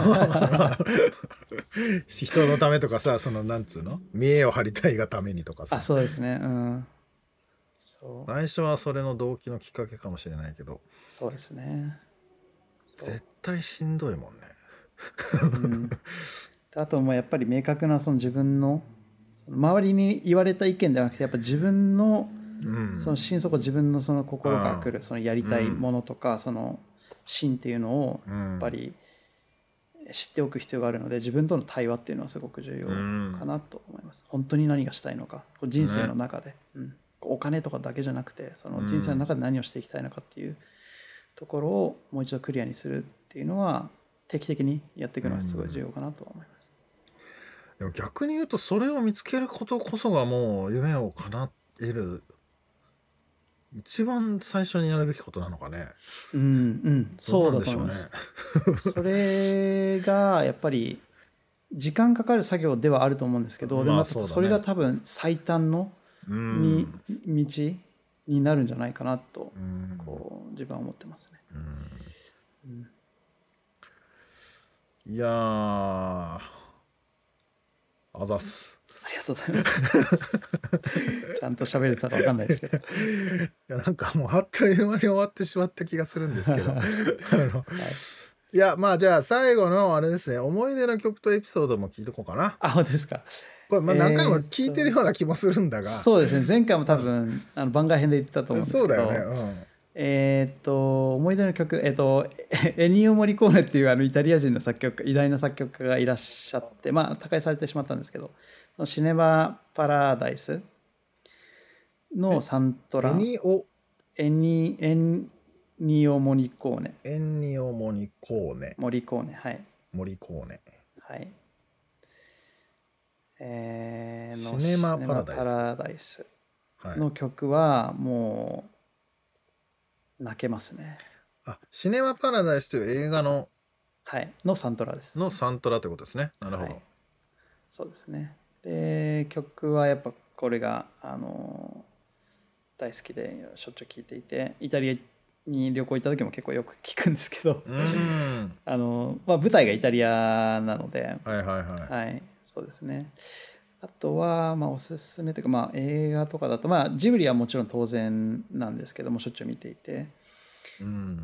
[SPEAKER 4] 人のためとかさ、そのなんつうの見栄を張りたいがためにとかさ、
[SPEAKER 5] あそうですね、うん、そう
[SPEAKER 4] 最初はそれの動機のきっかけかもしれないけど
[SPEAKER 5] そうですね。
[SPEAKER 4] 絶対しんどいもんね
[SPEAKER 5] うん、あともうやっぱり明確なその自分の周りに言われた意見ではなくて、やっぱ自分の
[SPEAKER 4] うん
[SPEAKER 5] その心底自分のその心から来るそのやりたいものとか、その芯っていうのをやっぱり知っておく必要があるので、自分との対話っていうのはすごく重要かなと思います。本当に何がしたいのか、人生の中で、うん、お金とかだけじゃなくて、その人生の中で何をしていきたいのかっていうところをもう一度クリアにするっていうのは定期的にやっていくのはすごい重要かなと思います。
[SPEAKER 4] でも逆に言うとそれを見つけることこそがもう夢を叶える一番最初にやるべきことなのかね。
[SPEAKER 5] うんうんそうだと思います。それがやっぱり時間かかる作業ではあると思うんですけど、でもそれが多分最短のに道になるんじゃないかなとこう自分は思ってますね。うん、
[SPEAKER 4] いやーあざっす。
[SPEAKER 5] ありがとうございますちゃんと喋れてたか分かんないですけどい
[SPEAKER 4] やなんかもうあっという間に終わってしまった気がするんですけどあの、はい、いやまあじゃあ最後のあれですね、思い出の曲とエピソードも聞いとこうかな。
[SPEAKER 5] あ本当ですか。
[SPEAKER 4] これまあ何回も聞いてるような気もするんだが、えー、
[SPEAKER 5] そうですね、前回も多分あの番外編で言ったと思うんですけど、
[SPEAKER 4] そうだよね、うん、
[SPEAKER 5] えー、っと思い出の曲、えー、っとエニオ・モリコーネっていうあのイタリア人の作曲家、偉大な作曲家がいらっしゃって、まあ他界されてしまったんですけど、そのシネマ・パラダイスのサントラ、
[SPEAKER 4] エニオ
[SPEAKER 5] エニエニオ・モリコーネ
[SPEAKER 4] エニオ・モリコーネ
[SPEAKER 5] モリコーネはい
[SPEAKER 4] モリコーネ
[SPEAKER 5] はいえー、
[SPEAKER 4] のシネマ・パラダイス、
[SPEAKER 5] パラダイスの曲はもう泣けますね。
[SPEAKER 4] あ、シネマ・パラダイスという映画の、
[SPEAKER 5] はい、のサントラです。
[SPEAKER 4] のサントラってことですね。なるほど。はい、
[SPEAKER 5] そうですね。で曲はやっぱこれがあの大好きでしょっちゅう聴いていて、イタリアに旅行行った時も結構よく聞くんですけど
[SPEAKER 4] うん
[SPEAKER 5] あの、まあ、舞台がイタリアなので、
[SPEAKER 4] はいはいはい、
[SPEAKER 5] はい、そうですね。あとはまあおすすめというか、まあ、映画とかだと、まあ、ジブリはもちろん当然なんですけどもしょっちゅう見ていて、
[SPEAKER 4] うん、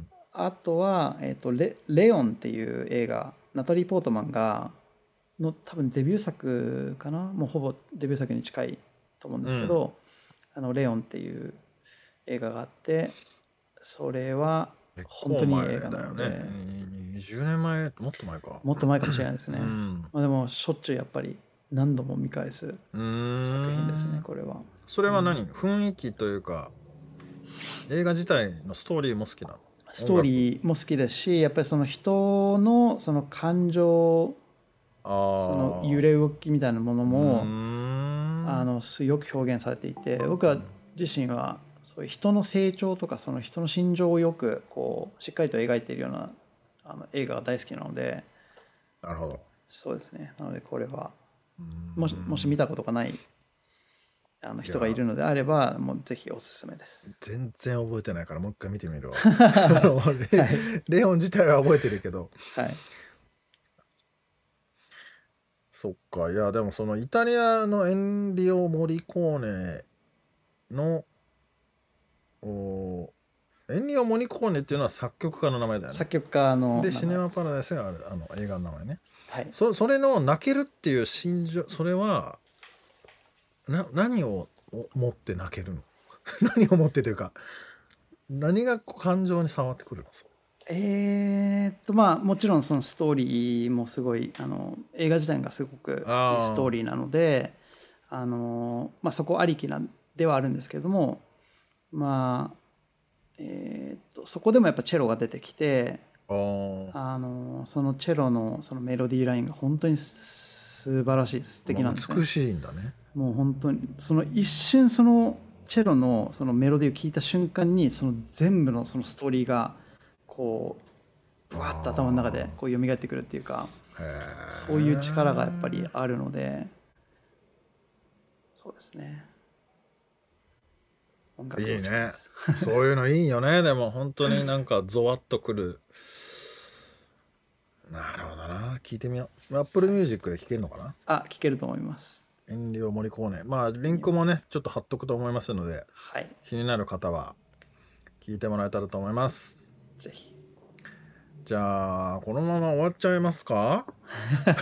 [SPEAKER 5] あとは、えーと、レ、レオンっていう映画、ナタリー・ポートマンがの多分デビュー作かな、もうほぼデビュー作に近いと思うんですけど、うん、あのレオンっていう映画があって、それは本当にいい映画なので、
[SPEAKER 4] に
[SPEAKER 3] にじゅうねんまえもっと前か。
[SPEAKER 5] もっと前かもしれないですね、
[SPEAKER 3] うん
[SPEAKER 5] まあ、でもしょっちゅうやっぱり何度も見返す
[SPEAKER 3] うーん
[SPEAKER 5] 作品ですねこれは。
[SPEAKER 3] それは何、雰囲気というか映画自体のストーリーも好きなの？
[SPEAKER 5] ストーリーも好きですし、やっぱりその人のその感情、
[SPEAKER 3] あ
[SPEAKER 5] その揺れ動きみたいなものも
[SPEAKER 3] あ
[SPEAKER 5] あのすよく表現されていて、僕は自身はそういう人の成長とかその人の心情をよくこうしっかりと描いているようなあの映画が大好きなので。
[SPEAKER 3] なるほど。
[SPEAKER 5] そうですね。なのでこれはもしもし見たことがないあの人がいるのであればもうぜひおすすめです。
[SPEAKER 3] 全然覚えてないからもう一回見てみるわ。はい、レオン自体は覚えてるけど。
[SPEAKER 5] はい。
[SPEAKER 3] そっか。いやでもそのイタリアのエンリオ・モリコーネのおエンリオ・モリコーネっていうのは作曲家の名前だよね。
[SPEAKER 5] 作曲家の
[SPEAKER 3] でシネマ・パラダイスがあるあの映画の名前ね。
[SPEAKER 5] はい。
[SPEAKER 3] そ, それの泣けるっていう心情、それはな何を持って泣けるの？何を持ってというか何が感情に触ってくるの？
[SPEAKER 5] えーっとまあもちろんそのストーリーもすごいあの映画自体がすごくいいストーリーなのであの、まあ、そこありきなんではあるんですけれども、まあえーっとそこでもやっぱチェロが出てきて。あのそのチェロのそのメロディーラインが本当に素晴らしい素敵なんですね。
[SPEAKER 3] 美しいんだね。
[SPEAKER 5] もう本当にその一瞬そのチェロのそのメロディーを聞いた瞬間にその全部のそのストーリーがこうブワッと頭の中でこう蘇ってくるっていうか、そういう力がやっぱりあるので、そうですね。音楽
[SPEAKER 3] いいね。そういうのいいよね。でも本当になんかゾワッとくる。なるほどな。聞いてみよう。Apple Music で聴けるのかな？
[SPEAKER 5] あ、聴けると思います。
[SPEAKER 3] エンリオ・モリコーネ。まあリンクもねちょっと貼っとくと思いますので、
[SPEAKER 5] はい、
[SPEAKER 3] 気になる方は聞いてもらえたらと思います。
[SPEAKER 5] ぜひ。
[SPEAKER 3] じゃあこのまま終わっちゃいますか？だ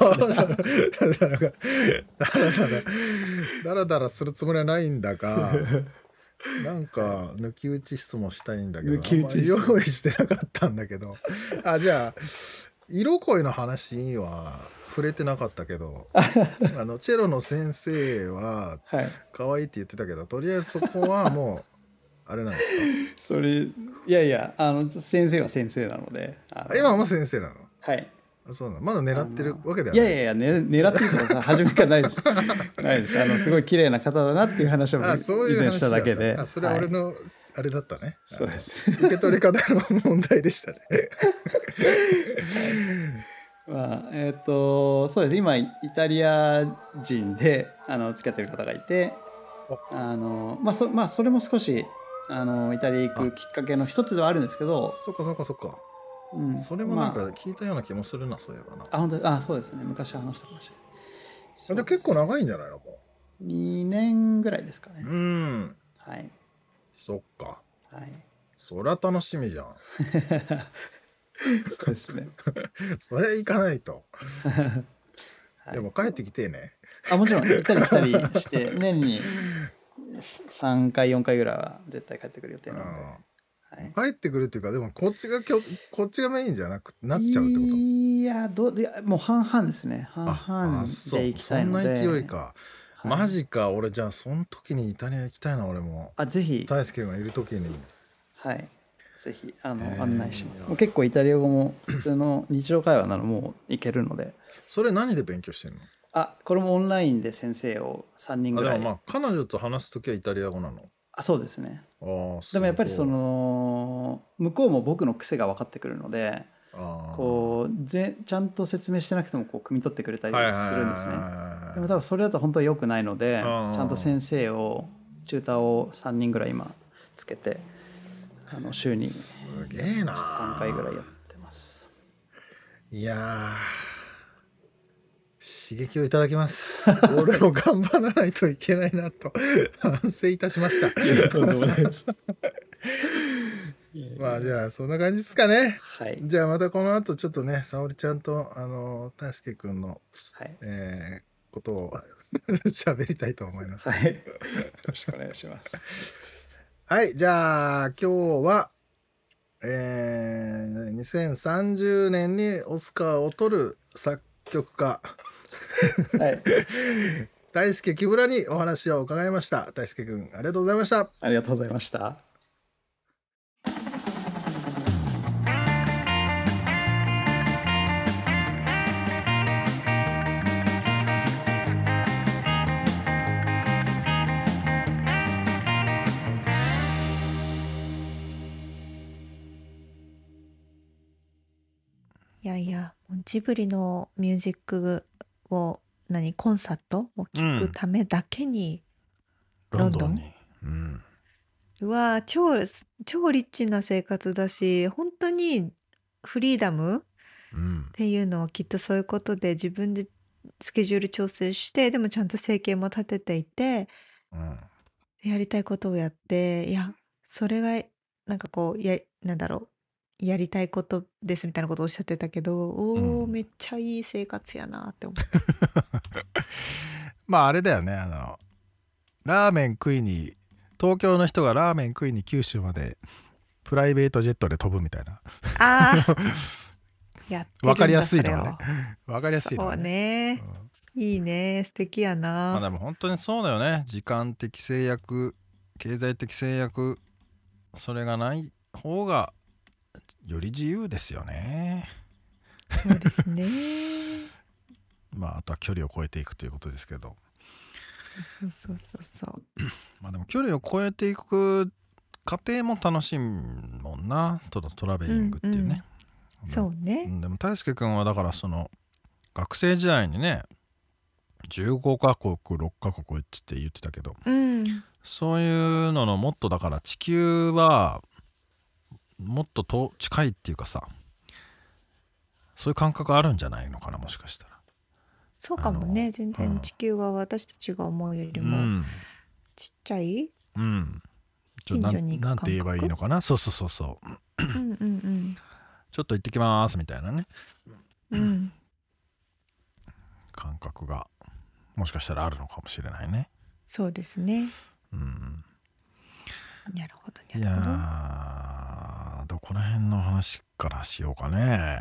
[SPEAKER 3] らだらするつもりはないんだが、なんか抜き打ち質問したいんだけど、あんまり用意してなかったんだけど、あじゃあ色恋の話は触れてなかったけど、あのチェロの先生は可愛いって言ってたけど、とりあえずそこはもうあれなんですか？
[SPEAKER 5] それいやいやあの先生は先生なので、あの
[SPEAKER 3] 今も先生なの？
[SPEAKER 5] はい。
[SPEAKER 3] そうなの。まだ狙ってるわけではない。
[SPEAKER 5] いやいやいや、ね、狙ってるとか初めからないです。ないです。あのすごい綺麗な方だなっていう話を以前しただけで。
[SPEAKER 3] あ、それは俺の、はい、あれだったね。
[SPEAKER 5] そうです。
[SPEAKER 3] 受け取り方の問題でしたね。
[SPEAKER 5] まあえっ、ー、とそうです。今イタリア人であの付き合ってる方がいて、あのまあそまあそれも少しあのイタリア行くきっかけの一つではあるんですけど。
[SPEAKER 3] そっかそっかそっか。うん、それもなんか聞いたような気もするな、まあ、そういえばな。
[SPEAKER 5] あ、本当に、あ、そうですね。昔話したかもしれない。
[SPEAKER 3] で結構長いんじゃないの？も
[SPEAKER 5] うにねんぐらいですかね。
[SPEAKER 3] うん。
[SPEAKER 5] はい。
[SPEAKER 3] そっか。
[SPEAKER 5] はい。
[SPEAKER 3] そりゃ楽しみじゃん。
[SPEAKER 5] そうですね。
[SPEAKER 3] それ行かないと。はい、でも帰ってきてね。
[SPEAKER 5] あ、もちろん行ったり来たりして年にさんかいよんかいぐらいは絶対帰ってくる予定なので。
[SPEAKER 3] はい、帰ってくるっていうかでもこっちがきょこっちがメインじゃなくなっちゃうってこと？
[SPEAKER 5] いやどうでもう半々ですね。半々で行きたいので。
[SPEAKER 3] そんな勢いか、はい、マジか。俺じゃあその時にイタリア行きたいな。俺も
[SPEAKER 5] あぜひ
[SPEAKER 3] 大輔がいる時に
[SPEAKER 5] はいぜひあの案内します。もう結構イタリア語も普通の日常会話ならもういけるので。
[SPEAKER 3] それ何で勉強してるの？
[SPEAKER 5] あこれもオンラインで先生をさんにんぐらい。
[SPEAKER 3] あでもまあ彼女と話す時はイタリア語なの？
[SPEAKER 5] あそうですね。
[SPEAKER 3] あ
[SPEAKER 5] でもやっぱりその向こうも僕の癖が分かってくるので、こうぜちゃんと説明してなくてもこう汲み取ってくれたりするんですね。でも多分それだと本当は良くないので、ちゃんと先生をチューターをさんにんぐらい今つけてあの週に
[SPEAKER 3] すげえな
[SPEAKER 5] さんかいぐらいやってます。
[SPEAKER 3] いや刺激をいただきます。俺も頑張らないといけないなと反省いたしました。
[SPEAKER 5] いやとんでもないです。
[SPEAKER 3] まあじゃあそんな感じですかね。
[SPEAKER 5] はい。
[SPEAKER 3] じゃあまたこの後ちょっとね沙織ちゃんとあの大輔くんの、
[SPEAKER 5] はい
[SPEAKER 3] えー、ことを喋りたいと思います。
[SPEAKER 5] はい。よろしくお願いします。
[SPEAKER 3] はい、じゃあ今日は
[SPEAKER 4] えー、にせんさんじゅうねんにオスカーを取る作曲家
[SPEAKER 5] はい
[SPEAKER 4] 大輔木村にお話を伺いました。大輔くんありがとうございました。
[SPEAKER 5] ありがとうございました。
[SPEAKER 1] いやいや、ジブリのミュージックを何コンサートを聞くためだけに、
[SPEAKER 4] うん、ロンドンに、うん、
[SPEAKER 1] うわ超超リッチな生活だし、本当にフリーダムっていうのはきっとそういうことで自分でスケジュール調整して、でもちゃんと生計も立てていて、うん、やりたいことをやって、いやそれがなんかこうやなんだろうやりたいことですみたいなことをおっしゃってたけど、おー、うん、めっちゃいい生活やなって思って
[SPEAKER 4] まああれだよね、あのラーメン食いに東京の人がラーメン食いに九州までプライベートジェットで飛ぶみたいな。
[SPEAKER 1] ああやってるんだ。
[SPEAKER 4] 分かりやすいのはね分かりやすいのは
[SPEAKER 1] ね。そうね、うん、いいね、素敵やな。
[SPEAKER 4] まあでも本当にそうだよね。時間的制約、経済的制約、それがない方がより自由ですよね。
[SPEAKER 1] そうですね
[SPEAKER 4] まああとは距離を超えていくということですけど、
[SPEAKER 1] そうそうそうそう
[SPEAKER 4] まあでも距離を超えていく過程も楽しいもんな、トラベリングっていうね、
[SPEAKER 1] うんうん、そうね。
[SPEAKER 4] でも大輔くんはだからその学生時代にねじゅうごカ国ろっカ国って言ってたけど、
[SPEAKER 1] うん、
[SPEAKER 4] そういうののもっとだから地球はもっとと近いっていうかさ、そういう感覚あるんじゃないのかな、もしかしたら。
[SPEAKER 1] そうかもね。全然地球は私たちが思うよりもちっちゃい、
[SPEAKER 4] うん、
[SPEAKER 1] 近所に行く感覚、
[SPEAKER 4] なんて言えばいいのかな。そうそうそうそううんうん、うん、ちょっと行ってきますみたいなね、うん、感覚がもしかしたらあるのかもしれないね。
[SPEAKER 1] そうですね、うん、なるほどなるほど。い
[SPEAKER 4] やどこら辺の話からしようかね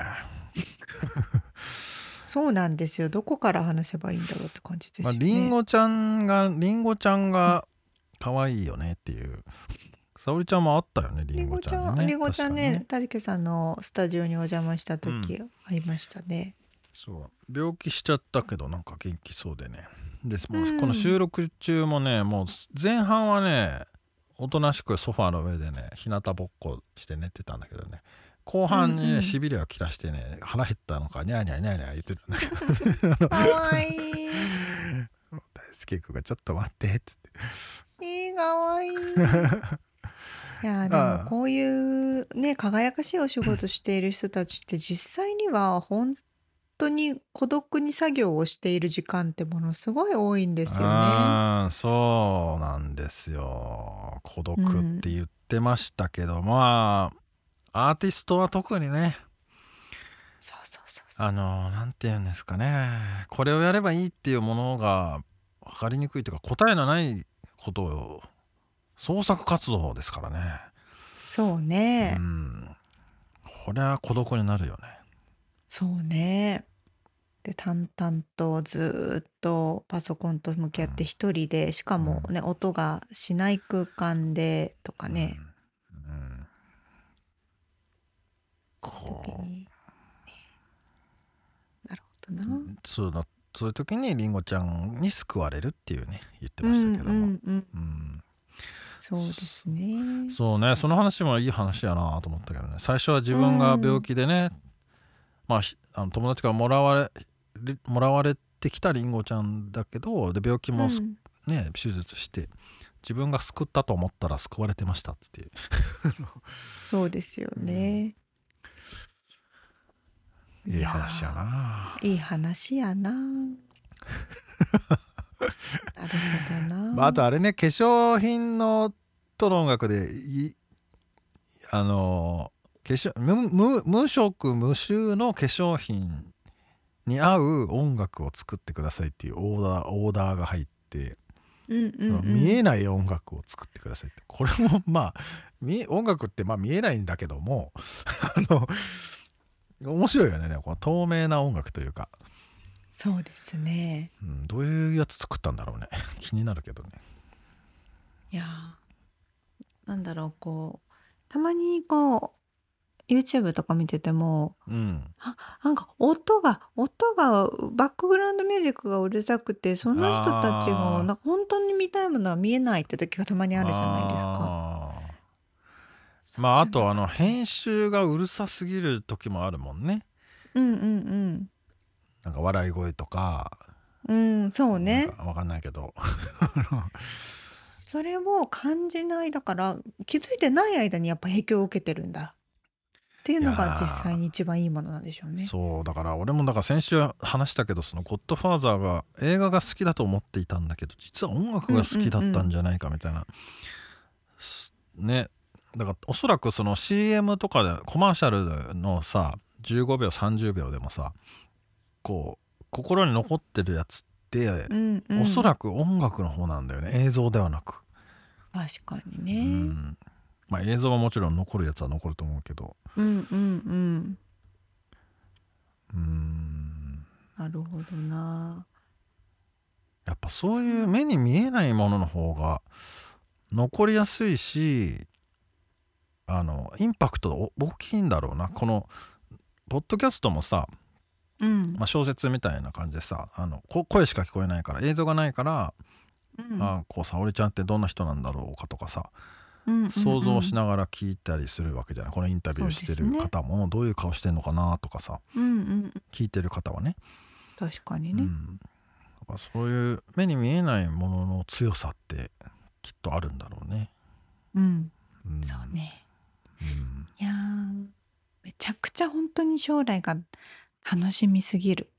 [SPEAKER 1] そうなんですよ。どこから話せばいいんだろうって感じですよね。
[SPEAKER 4] まあ、リンゴちゃんがリンゴちゃんが可愛いよねっていう。沙織ちゃんもあったよね、リンゴちゃんにね。
[SPEAKER 1] リンゴちゃんね、たじけさんのスタジオにお邪魔した時、うん、ありましたね。
[SPEAKER 4] そう病気しちゃったけどなんか元気そうでね。でもうこの収録中もね、もう前半はねおとなしくソファーの上でね日向ぼっこして寝てたんだけどね、後半にね、うんうん、しびれを切らしてね腹減ったのかニャーニャーニャーニャー言ってたんだけどか
[SPEAKER 1] わいい
[SPEAKER 4] 大輔君がちょっと待ってっつって
[SPEAKER 1] えー、かわいいいやでもこういうね輝かしいお仕事している人たちって実際には本当に孤独に作業をしている時間ってものすごい多いんですよね。
[SPEAKER 4] あそうなんですよ。孤独って言ってましたけど、うん、まあアーティストは特にね、
[SPEAKER 1] そうそうそうそう、
[SPEAKER 4] あのなんて言うんですかね、これをやればいいっていうものが分かりにくいというか答えのないことを創作活動ですからね。
[SPEAKER 1] そうね、
[SPEAKER 4] うん、これは孤独になるよね。
[SPEAKER 1] そうね。で淡々とずっとパソコンと向き合って一人で、しかもね、うん、音がしない空間でとかね、うんうん、そういう時に、ね、なるほどな、
[SPEAKER 4] そうだそういう時にりんごちゃんに救われるっていうね言ってましたけども、うんうんうんうん、
[SPEAKER 1] そうですね。
[SPEAKER 4] そうね、その話もいい話やなと思ったけどね。最初は自分が病気でね、うん、まあ、あの友達からもらわれもらわれてきたりんごちゃんだけど、で病気も、うん、ね手術して自分が救ったと思ったら救われてましたっつって
[SPEAKER 1] そうですよね、
[SPEAKER 4] うん、いい話やな。
[SPEAKER 1] いい話やななるほどな、
[SPEAKER 4] まあ、あとあれね、化粧品のとの音楽でいあの化粧 無, 無, 無色無臭の化粧品に合う音楽を作ってくださいっていうオーダーオーダーが入って、うんうんうん、見えない音楽を作ってくださいって、これもまあ見音楽ってまあ見えないんだけどもあの面白いよね、この透明な音楽というか。
[SPEAKER 1] そうですね、
[SPEAKER 4] うん、どういうやつ作ったんだろうね気になるけどね。
[SPEAKER 1] いやーなんだろう、こうたまにこう YouTube とか見てても、
[SPEAKER 4] うん
[SPEAKER 1] あなんか音が音がバックグラウンドミュージックがうるさくて、その人たちが
[SPEAKER 4] あー
[SPEAKER 1] なんか本当に見たいものは見えないって時がたまにあるじゃないですか。
[SPEAKER 4] あー
[SPEAKER 1] そう
[SPEAKER 4] まああとあの
[SPEAKER 1] じゃなくて
[SPEAKER 4] 編集がうるさすぎる時もあるもんね。
[SPEAKER 1] うんうん
[SPEAKER 4] なんか笑い声とか
[SPEAKER 1] うんうんそうね、
[SPEAKER 4] なんかわかんないけど
[SPEAKER 1] それを感じない、だから気づいてない間にやっぱ影響を受けてるんだっていうのが
[SPEAKER 4] いやー
[SPEAKER 1] 実際に一番いいものなんでしょうね。
[SPEAKER 4] そうだから俺もだから先週話したけど、そのゴッドファーザーが映画が好きだと思っていたんだけど実は音楽が好きだったんじゃないかみたいな、すね。だからおそらくその シーエム とかでコマーシャルのさじゅうごびょうさんじゅうびょうでもさこう心に残ってるやつって、
[SPEAKER 1] うんうん、
[SPEAKER 4] おそらく音楽の方なんだよね、映像ではなく。
[SPEAKER 1] 確かに
[SPEAKER 4] う
[SPEAKER 1] ね、
[SPEAKER 4] んまあ映像はもちろん残るやつは残ると思うけど、
[SPEAKER 1] うんうんうん
[SPEAKER 4] うーん
[SPEAKER 1] なるほどな。
[SPEAKER 4] やっぱそういう目に見えないものの方が残りやすいし、あのインパクト大きいんだろうな。このポッドキャストもさ、
[SPEAKER 1] うん
[SPEAKER 4] まあ、小説みたいな感じでさ、あのこ声しか聞こえないから映像がないから、
[SPEAKER 1] うん
[SPEAKER 4] あこう沙織ちゃんってどんな人なんだろうかとかさ、
[SPEAKER 1] うんうんうん
[SPEAKER 4] 想像しながら聞いたりするわけじゃない。このインタビューしてる
[SPEAKER 1] そうですね
[SPEAKER 4] 方もどういう顔してんのかなとかさ、
[SPEAKER 1] うんうん
[SPEAKER 4] 聞いてる方はね、
[SPEAKER 1] 確かにね、
[SPEAKER 4] うん、だからそういう目に見えないものの強さってきっとあるんだろうね。
[SPEAKER 1] うん
[SPEAKER 4] うん、
[SPEAKER 1] そうね。
[SPEAKER 4] うん
[SPEAKER 1] いやーめちゃくちゃ本当に将来が楽しみすぎる。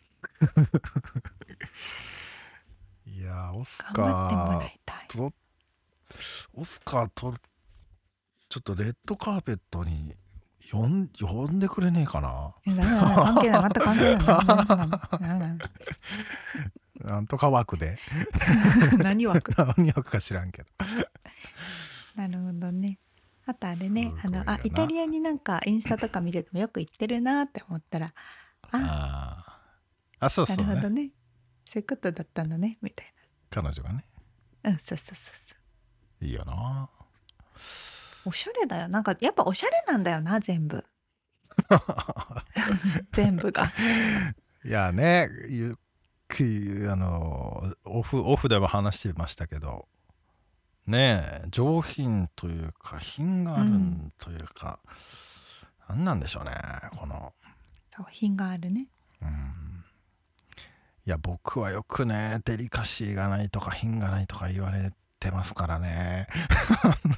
[SPEAKER 4] いやーオス
[SPEAKER 1] 頑張ってもら
[SPEAKER 4] カ
[SPEAKER 1] いたい。
[SPEAKER 4] ーとオスカーとちょっとレッドカーペットに呼ん呼んでくれねえかな。
[SPEAKER 1] いやダメだダメだ関係ない全く関係ないダメダメダメダメダメ
[SPEAKER 4] なんとか枠で
[SPEAKER 1] 何枠
[SPEAKER 4] 何枠か知らんけど。
[SPEAKER 1] なるほどね。あとあれね、あ
[SPEAKER 4] すごいよな
[SPEAKER 1] のあイタリアになんかインスタとか見ててもよく行ってるなって思ったら、あ
[SPEAKER 4] あーあそう
[SPEAKER 1] な
[SPEAKER 4] そうね。
[SPEAKER 1] るほどね、そういうことだったのねみたい
[SPEAKER 4] 彼女がね
[SPEAKER 1] な。うんそうそうそうそ
[SPEAKER 4] いいよな。
[SPEAKER 1] う。おしゃれだよ。なんかやっぱおしゃれなんだよな全部全部が。
[SPEAKER 4] いやね、ゆっくりあのオフオフでは話してましたけどねえ、上品というか品があるんというか、うん、なんなんでしょうねこの、
[SPEAKER 1] そう品があるね。
[SPEAKER 4] うん、いや僕はよくねデリカシーがないとか品がないとか言われてますからねあの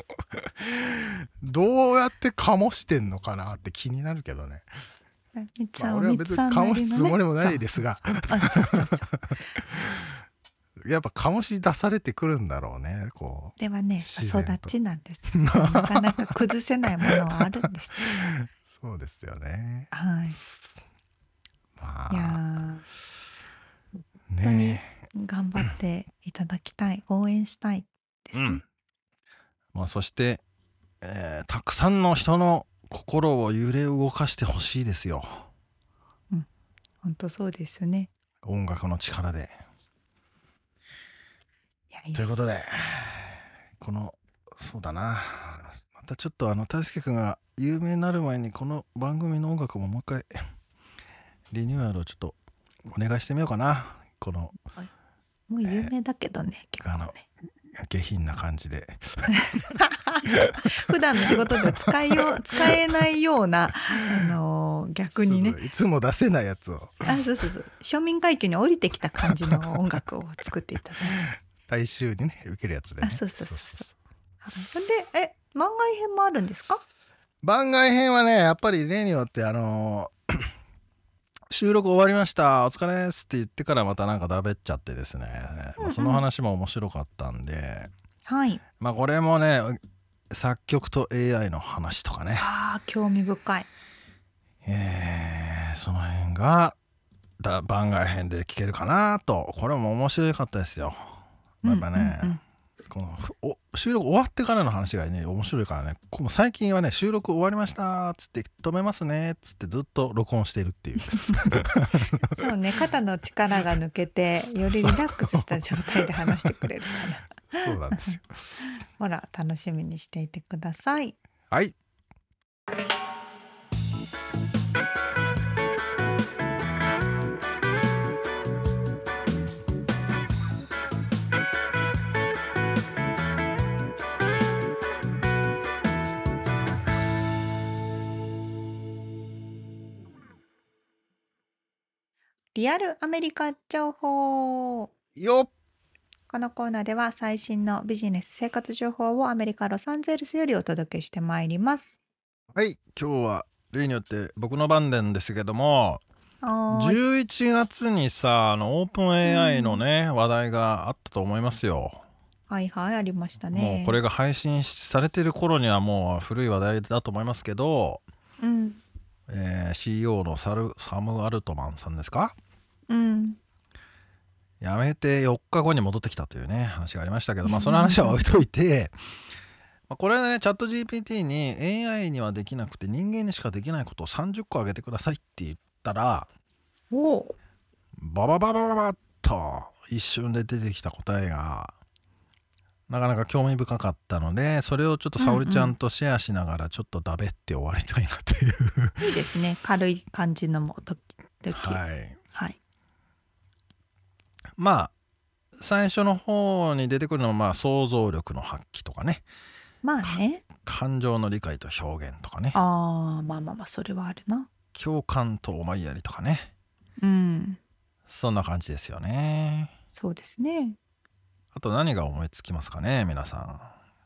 [SPEAKER 4] どうやって醸してんのかなって気になるけどね。
[SPEAKER 1] みつさん
[SPEAKER 4] まあ俺は別に醸すつもりもないですが、
[SPEAKER 1] あそうそうそう
[SPEAKER 4] やっぱ醸し出されてくるんだろうねこう。
[SPEAKER 1] ではね
[SPEAKER 4] 自然と
[SPEAKER 1] 育ちなんですなかなか崩せないものはあるんです
[SPEAKER 4] そうですよね。
[SPEAKER 1] はい
[SPEAKER 4] ま
[SPEAKER 1] いや
[SPEAKER 4] あ
[SPEAKER 1] ー当に
[SPEAKER 4] ね
[SPEAKER 1] 頑張っていただきたい応援したいですね、
[SPEAKER 4] うんまあ、そして、えーたくさんの人の心を揺れ動かしてほしいですよ、
[SPEAKER 1] 本当そうですね。
[SPEAKER 4] 音楽の力で。
[SPEAKER 1] いやいや
[SPEAKER 4] ということでこのそうだな、またちょっとあの大輔君が有名になる前にこの番組の音楽ももう一回リニューアルをちょっとお願いしてみようかな。この
[SPEAKER 1] もう有名だけどね、結構ね
[SPEAKER 4] 下品な感じで
[SPEAKER 1] 普段の仕事では使いよう使えないような、あのー逆にね
[SPEAKER 4] そうそういつも出せないやつを
[SPEAKER 1] あそうそうそう庶民階級に降りてきた感じの音楽を作っていただいて
[SPEAKER 4] 大衆にね受けるやつでね。
[SPEAKER 1] あそうそうそうはいでえ番外編もあるんですか？
[SPEAKER 4] 番外編はねやっぱり例によってあのー収録終わりましたお疲れですって言ってからまたなんかだべっちゃってですね、
[SPEAKER 1] うんうん
[SPEAKER 4] まあ、その話も面白かったんで、
[SPEAKER 1] はい
[SPEAKER 4] まあこれもね作曲と エーアイ の話とかね、
[SPEAKER 1] あー興味深い
[SPEAKER 4] えーその辺がだ番外編で聞けるかなと。これも面白かったですよ。やっぱね、
[SPEAKER 1] うんうんうん
[SPEAKER 4] このお収録終わってからの話がね面白いからね、この最近はね収録終わりましたっつって止めますねっつってずっと録音してるっていう
[SPEAKER 1] そうね、肩の力が抜けてよりリラックスした状態で話してくれるから
[SPEAKER 4] そうなんですよ
[SPEAKER 1] ほら楽しみにしていてください。
[SPEAKER 4] はい。
[SPEAKER 1] リアルアメリカ情報。
[SPEAKER 4] よっ。
[SPEAKER 1] このコーナーでは最新のビジネス生活情報をアメリカ・ロサンゼルスよりお届けしてまいります。
[SPEAKER 4] はい、今日は例によって僕の番なんですけども、
[SPEAKER 1] はーい。
[SPEAKER 4] じゅういちがつにさあのオープン エーアイ のね、話題があったと思いますよ。
[SPEAKER 1] はいはい、ありました
[SPEAKER 4] も
[SPEAKER 1] ね。
[SPEAKER 4] うこれが配信されてる頃にはもう古い話題だと思いますけど、
[SPEAKER 1] うん
[SPEAKER 4] えー シーイーオー のサルサム・アルトマンさんですか、
[SPEAKER 1] うん
[SPEAKER 4] 辞めてよっかごに戻ってきたというね話がありましたけど、まあその話は置いといてまあこれはねチャット ジーピーティー に エーアイ にはできなくて人間にしかできないことをさんじゅっこあげてくださいって言ったら、
[SPEAKER 1] おう
[SPEAKER 4] ババババババッと一瞬で出てきた答えがなかなか興味深かったので、それをちょっと沙織ちゃんとシェアしながらちょっとだべって終わりたいなという、
[SPEAKER 1] いいですね、軽い感じのも時々。
[SPEAKER 4] はい
[SPEAKER 1] はい。
[SPEAKER 4] まあ最初の方に出てくるのはまあ想像力の発揮とかね、
[SPEAKER 1] まあね。
[SPEAKER 4] 感情の理解と表現とかね、
[SPEAKER 1] ああ、まあまあまあ、それはあるな。
[SPEAKER 4] 共感と思いやりとかね、
[SPEAKER 1] うん。
[SPEAKER 4] そんな感じですよね。
[SPEAKER 1] そうですね。
[SPEAKER 4] あと何が思いつきますかね皆さ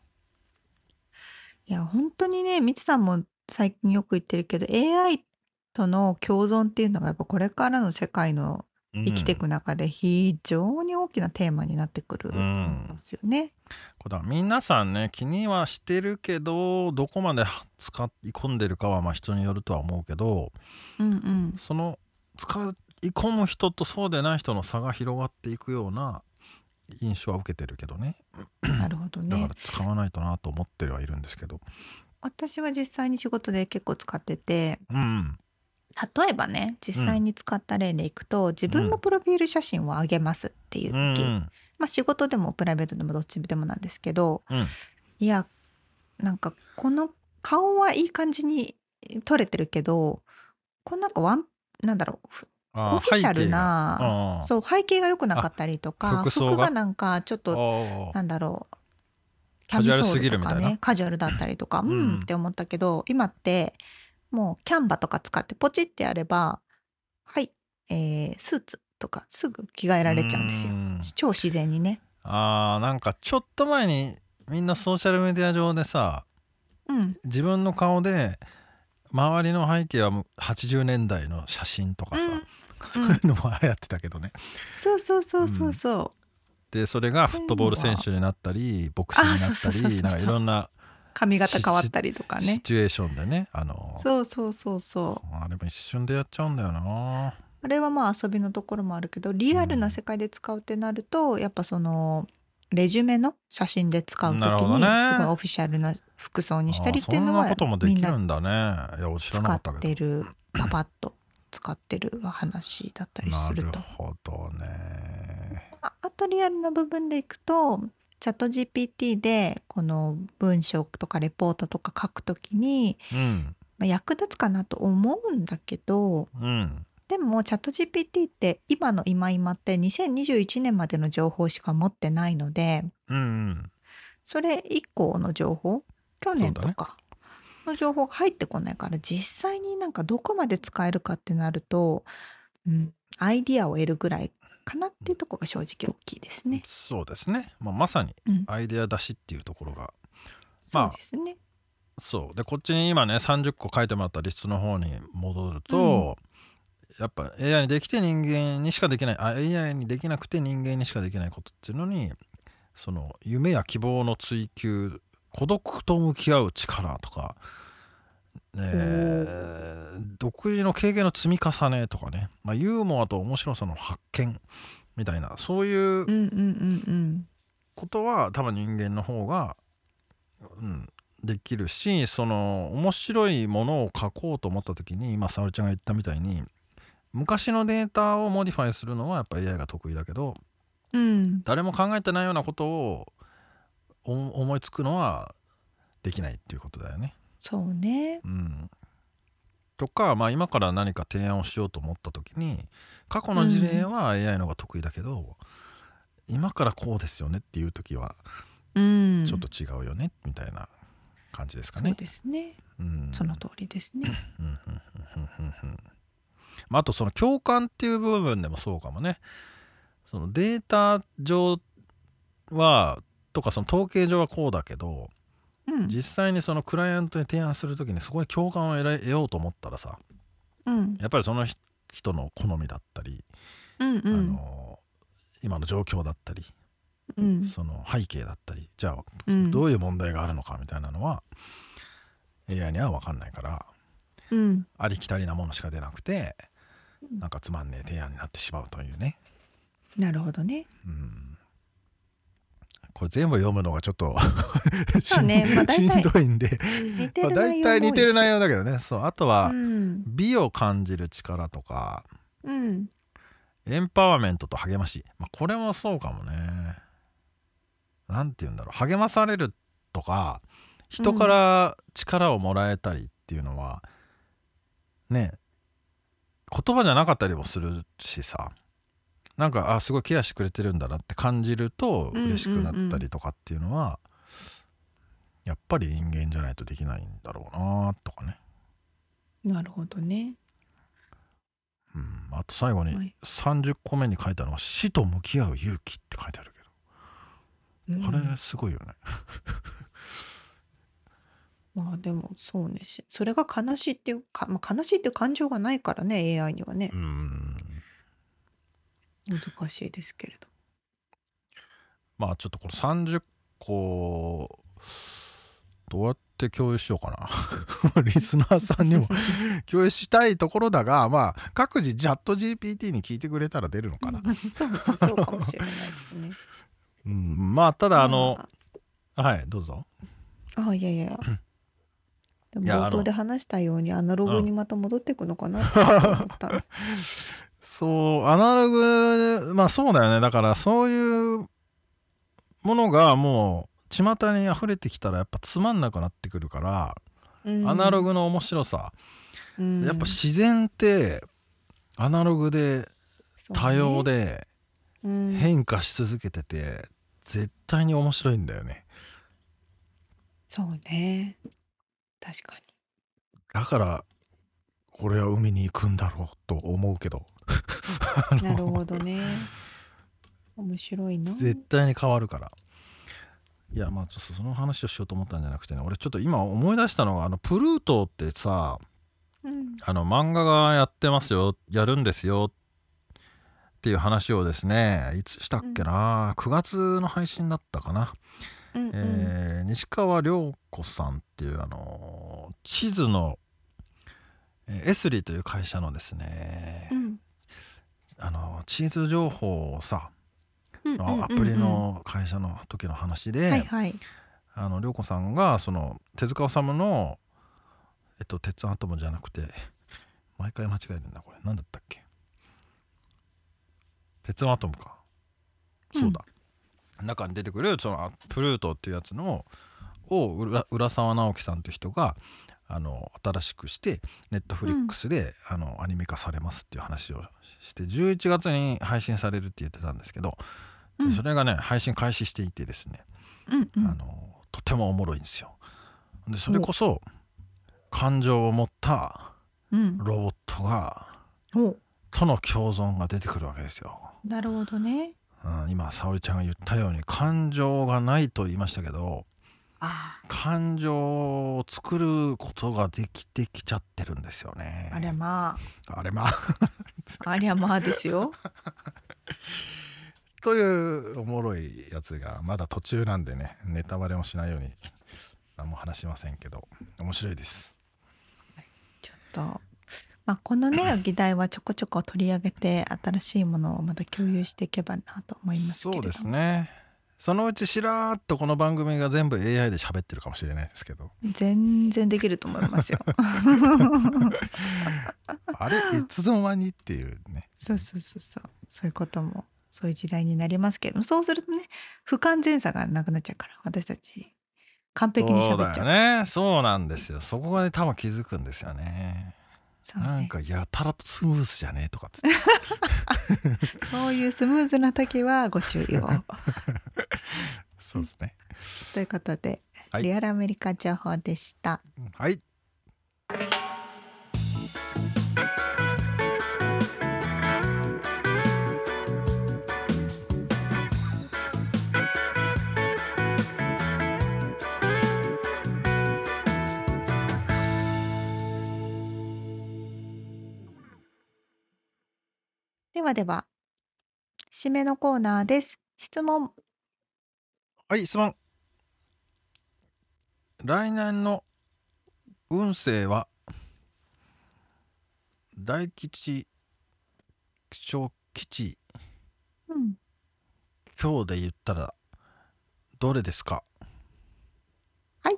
[SPEAKER 1] いや、本当にね、みつさんも最近よく言ってるけど、エーアイ との共存っていうのがやっぱこれからの世界の
[SPEAKER 4] ん。
[SPEAKER 1] 生きていく中で非常に大きなテーマになってくると思いますよね。
[SPEAKER 4] これだ皆さんね気にはしてるけどどこまで使い込んでるかはまあ人によるとは思うけど、
[SPEAKER 1] うんうん。
[SPEAKER 4] その使い込む人とそうでない人の差が広がっていくような印象は受けてるけどね。
[SPEAKER 1] なるほどね。
[SPEAKER 4] だから使わないとなと思ってはいるんですけど、
[SPEAKER 1] 私は実際に仕事で結構使ってて、
[SPEAKER 4] うんうん
[SPEAKER 1] 例えばね、実際に使った例でいくと、自分のプロフィール写真を上げますっていう
[SPEAKER 4] うんう
[SPEAKER 1] 時、
[SPEAKER 4] ん
[SPEAKER 1] まあ仕事でもプライベートでもどっちでもなんですけど、
[SPEAKER 4] うん
[SPEAKER 1] いや、なんかこの顔はいい感じに撮れてるけど、このなんかワン、なんだろう、ふ
[SPEAKER 4] あー
[SPEAKER 1] オフィシャル
[SPEAKER 4] 背景が
[SPEAKER 1] な、
[SPEAKER 4] あー
[SPEAKER 1] そう、背景が良くなかったりとか、
[SPEAKER 4] 服装が
[SPEAKER 1] 服がなんかちょっと、
[SPEAKER 4] あー
[SPEAKER 1] なんだろう、キャ
[SPEAKER 4] カジュアル
[SPEAKER 1] ミソールと
[SPEAKER 4] すぎるみたいな
[SPEAKER 1] かね、カジュアルだったりとか、う
[SPEAKER 4] うん
[SPEAKER 1] んって思ったけど、今ってもうキャンバとか使ってポチってやれば、はい、えースーツとかすぐ着替えられちゃうんですよ。
[SPEAKER 4] うん
[SPEAKER 1] 超自然にね。
[SPEAKER 4] あーなんかちょっと前にみんなソーシャルメディア上でさ
[SPEAKER 1] うん。
[SPEAKER 4] 自分の顔で周りの背景ははちじゅうねんだいの写真とかさ、
[SPEAKER 1] うん
[SPEAKER 4] そういうのも流行ってたけどね。
[SPEAKER 1] そうそうそうそうそう。
[SPEAKER 4] でそれがフットボール選手になったりボクシーにな
[SPEAKER 1] あそう
[SPEAKER 4] った
[SPEAKER 1] そうそうそう
[SPEAKER 4] りなんかいろんな
[SPEAKER 1] 髪型変わったりとか
[SPEAKER 4] シ
[SPEAKER 1] ね。
[SPEAKER 4] チュエーションでねあの
[SPEAKER 1] そうそうそうそう。
[SPEAKER 4] あれも一瞬でやっちゃうんだよな。
[SPEAKER 1] あれはまあ遊びのところもあるけど、リアルな世界で使うってなると、やっぱそのレジュメの写真で使うとき
[SPEAKER 4] なるほど
[SPEAKER 1] に
[SPEAKER 4] ね
[SPEAKER 1] すごいオフィシャルな服装にしたりっていうの
[SPEAKER 4] あそんな
[SPEAKER 1] は
[SPEAKER 4] こともで
[SPEAKER 1] みんな
[SPEAKER 4] きるんだね。いや俺知らな
[SPEAKER 1] 使っ
[SPEAKER 4] かったけど。
[SPEAKER 1] てる、パパッと使ってる話だったり
[SPEAKER 4] なる
[SPEAKER 1] すると。
[SPEAKER 4] ほどね。
[SPEAKER 1] ああとリアルな部分でいくと、チャット ジーピーティー でこの文章とかレポートとか書くときに、
[SPEAKER 4] うん
[SPEAKER 1] まあ、役立つかなと思うんだけど、
[SPEAKER 4] うん
[SPEAKER 1] でもチャット ジーピーティー って今の今今ってにせんにじゅういちねんまでの情報しか持ってないので、
[SPEAKER 4] うんうん
[SPEAKER 1] それ以降の情報、去年
[SPEAKER 4] そうだね
[SPEAKER 1] とかの情報が入ってこないから、実際になんかどこまで使えるかってなると、うん、アイディアを得るぐらいかなっていうところが正直大きいですね。
[SPEAKER 4] そうですね、まあ、まさに
[SPEAKER 1] うん、
[SPEAKER 4] アイデア出しっていうところが
[SPEAKER 1] そうですね。
[SPEAKER 4] そうでこっちに今ねさんじゅっこ書いてもらったリストの方に戻ると、やっぱ エーアイ にできて人間にしかできないあ エーアイ にできなくて人間にしかできないことっていうのにその夢や希望の追求孤独と向き合う力とか、ね、独自の経験の積み重ねとかね、まあ、ユーモアと面白さの発見みたいなそういう
[SPEAKER 1] うんうんうんうん。
[SPEAKER 4] ことは多分人間の方が、うん、できるし、その面白いものを書こうと思った時に今沙織ちゃんが言ったみたいに昔のデータをモディファイするのはやっぱ エーアイ が得意だけど、
[SPEAKER 1] うん、
[SPEAKER 4] 誰も考えてないようなことを思いつくのはできないっていうことだよね。
[SPEAKER 1] そうね。
[SPEAKER 4] うん、とか、まあ、今から何か提案をしようと思った時に過去の事例は エーアイ の方が得意だけど、うん、今からこうですよねっていう時はちょっと違うよね、うん、みたいな感じですかね。
[SPEAKER 1] そうですね、うん、その通りですね。
[SPEAKER 4] まあ、あとその共感っていう部分でもそうかもね。そのデータ上はとかその統計上はこうだけど、うん、実際にそのクライアントに提案するときにそこに共感を得ら得ようと思ったらさ、うん、やっぱりその人の好みだったり、うんうん、あの今の状況だったり、うん、その背景だったり、じゃあ、うん、どういう問題があるのかみたいなのは エーアイ には分かんないから、うん、ありきたりなものしか出なくてなんかつまんねえ提案になってしまうというね。
[SPEAKER 1] なるほどね、
[SPEAKER 4] うん、これ全部読むのがちょっと
[SPEAKER 1] そうね、まあ、
[SPEAKER 4] しんどいんでまあ大体似てる内容だけどね。そう、あとは、うん、美を感じる力とか、うん、エンパワーメントと励まし、まあ、これもそうかもね。なんて言うんだろう、励まされるとか人から力をもらえたりっていうのは、うん、ね言葉じゃなかったりもするしさ、なんかあすごいケアしてくれてるんだなって感じると嬉しくなったりとかっていうのは、うんうんうん、やっぱり人間じゃないとできないんだろうなとかね。
[SPEAKER 1] なるほどね、
[SPEAKER 4] うん、あと最後にさんじゅっこめに書いたのは死と向き合う勇気って書いてあるけど、うん、これすごいよね
[SPEAKER 1] まあでもそうね、それが悲しいっていうか、まあ、悲しいっていう感情がないからね エーアイ にはね、うん、難しいですけれど、
[SPEAKER 4] まあちょっとこのさんじゅっこどうやって共有しようかなリスナーさんにも共有したいところだが、まあ各自チャット ジーピーティー に聞いてくれたら出るのかな
[SPEAKER 1] そう、そうかもしれないですね、
[SPEAKER 4] うん、まあただあのはいどうぞ。
[SPEAKER 1] あいやいやでも冒頭で話したようにアナログにまた戻っていくのかなって思ったの
[SPEAKER 4] そうアナログ、まあそうだよね。だからそういうものがもう巷に溢れてきたらやっぱつまんなくなってくるから、うん、アナログの面白さ、うん、やっぱ自然ってアナログで多様で変化し続けてて絶対に面白いんだよね。
[SPEAKER 1] そうね、確かに。
[SPEAKER 4] だからこれは海に行くんだろうと思うけど
[SPEAKER 1] なるほどね、面白いな。
[SPEAKER 4] 絶対に変わるから。いやまあちょっとその話をしようと思ったんじゃなくてね、俺ちょっと今思い出したのがあのプルートってさ、うん、あの漫画がやってますよ、やるんですよっていう話をですね、いつしたっけな、うん、くがつの配信だったかな、うんうん、えー、西川涼子さんっていうあの地図のエスリという会社のですね、うん、あの地図情報をさ、うんうんうんうん、アプリの会社の時の話で、はいはい、あの涼子さんがその手塚治虫のえっと鉄アトムじゃなくて毎回間違えるんだこれ何だったっけ、鉄アトムか、うん、そうだ、中に出てくるそのプルートっていうやつのを浦、浦沢直樹さんという人があの新しくしてネットフリックスで、うん、あのアニメ化されますっていう話をしてじゅういちがつに配信されるって言ってたんですけど、うん、それがね配信開始していてですね、うんうん、あのとてもおもろいんですよ。でそれこそ感情を持ったロボットが、うん、との共存が出てくるわけですよ。
[SPEAKER 1] なるほどね、
[SPEAKER 4] うん、今沙織ちゃんが言ったように感情がないと言いましたけど、ああ感情を作ることができてきちゃってるんですよね。
[SPEAKER 1] あれま
[SPEAKER 4] ああれまあ
[SPEAKER 1] ありゃまあですよ
[SPEAKER 4] というおもろいやつがまだ途中なんでね、ネタバレもしないように何も話しませんけど面白いです。
[SPEAKER 1] ちょっと、まあ、このね議題はちょこちょこ取り上げて新しいものをまた共有していけばなと思いますけれども。
[SPEAKER 4] そうですね、 そのうちしらーっとこの番組が全部 エーアイ で喋ってるかもしれないですけど、
[SPEAKER 1] 全然できると思いますよ。
[SPEAKER 4] あれいつの間にっていうね。
[SPEAKER 1] そうそうそうそう。そういうこともそういう時代になりますけど、そうするとね、不完全さがなくなっちゃうから、私たち完璧に
[SPEAKER 4] そう
[SPEAKER 1] 喋っちゃう。
[SPEAKER 4] だよね。そうなんですよ。そこがね多分気づくんですよね。
[SPEAKER 1] そうね、
[SPEAKER 4] なんかやたらとスムーズじゃねえとかって言って
[SPEAKER 1] そういうスムーズな時はご注意を。
[SPEAKER 4] そうですね。
[SPEAKER 1] ということで、
[SPEAKER 4] はい、
[SPEAKER 1] リアルアメリカ情報でした。
[SPEAKER 4] はい。
[SPEAKER 1] ではでは締めのコーナーです。質問。
[SPEAKER 4] はい、質問。来年の運勢は大吉小吉、
[SPEAKER 1] うん、
[SPEAKER 4] 今日で言ったらどれですか？
[SPEAKER 1] はい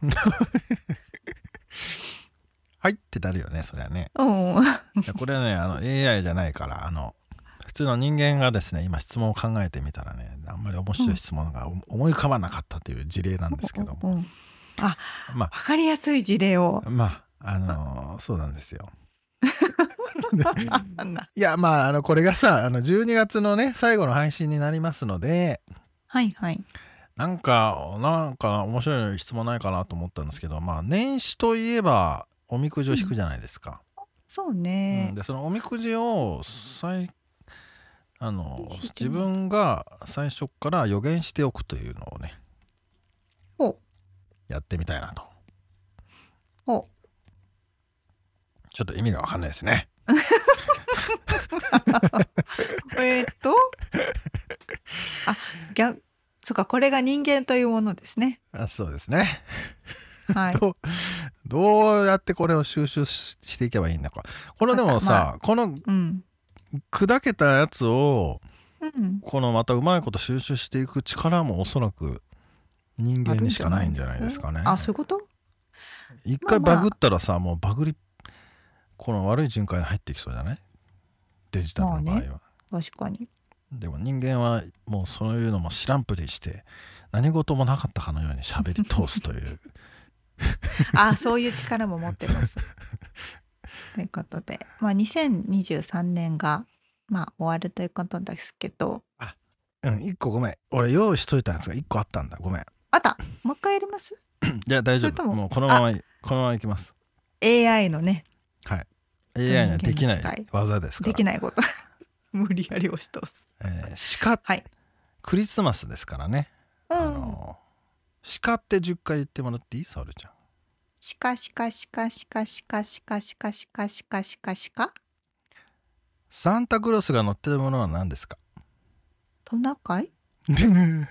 [SPEAKER 4] はいってなるよね、それはね。
[SPEAKER 1] うん、
[SPEAKER 4] いやこれはねあの エーアイ じゃないから、あの普通の人間がですね今質問を考えてみたらね、あんまり面白い質問が思い浮かばなかったという事例なんですけども、
[SPEAKER 1] うんうん、あ、
[SPEAKER 4] ま
[SPEAKER 1] 分かりやすい事例を。
[SPEAKER 4] あまああのー、そうなんですよ。いやまああのこれがさあのじゅうにがつのね最後の配信になりますので、
[SPEAKER 1] はいはい、
[SPEAKER 4] なんかなんか面白い質問ないかなと思ったんですけど、まあ年始といえばおみくじを引くじゃないですか。
[SPEAKER 1] そうね、
[SPEAKER 4] うん、でそのおみくじを最あの自分が最初から予言しておくというのをね
[SPEAKER 1] ほう
[SPEAKER 4] やってみたいなと。
[SPEAKER 1] ほう
[SPEAKER 4] ちょっと意味がわかんないですね。
[SPEAKER 1] えーっとあ、逆、そうか、これが人間というものですね。
[SPEAKER 4] あ、そうですね。
[SPEAKER 1] はい。
[SPEAKER 4] どうどうやってこれを収集ししていけばいいんだか。このでもさ、
[SPEAKER 1] まあ、
[SPEAKER 4] この
[SPEAKER 1] うん、
[SPEAKER 4] 砕けたやつを
[SPEAKER 1] うん、
[SPEAKER 4] このまたうまいこと収集していく力もおそらく人間にしかないんじゃないですかね。
[SPEAKER 1] あ、そういうこと？
[SPEAKER 4] 一回バグったらさ、もうバグりこの悪い循環に入っていきそうじゃない？デジタルの場合は、
[SPEAKER 1] まあね、確かに。
[SPEAKER 4] でも人間はもうそういうのも知らんぷりして何事もなかったかのように喋り通すという
[SPEAKER 1] あ、そういう力も持ってます。ということで、まあ、にせんにじゅうさんねんが、まあ、終わるということですけど。
[SPEAKER 4] あ、うん、いっこごめん、俺用意しといたやつがいっこあったんだ、ごめん。
[SPEAKER 1] あった、もう一回やります？
[SPEAKER 4] じゃあ大丈夫、もうこのままこのままいきます。
[SPEAKER 1] エーアイ のね、
[SPEAKER 4] はい、 エーアイ にはできない技ですから、
[SPEAKER 1] できないこと無理やり押し通す、
[SPEAKER 4] えー、鹿、
[SPEAKER 1] はい、
[SPEAKER 4] クリスマスですからね、
[SPEAKER 1] うん、
[SPEAKER 4] あの鹿ってじゅっかい言ってもらっていい？沙織ちゃん。
[SPEAKER 1] 鹿鹿鹿鹿鹿鹿鹿鹿鹿鹿鹿。
[SPEAKER 4] サンタクロースが乗ってるものは何ですか？
[SPEAKER 1] トナカイ？
[SPEAKER 4] え違う？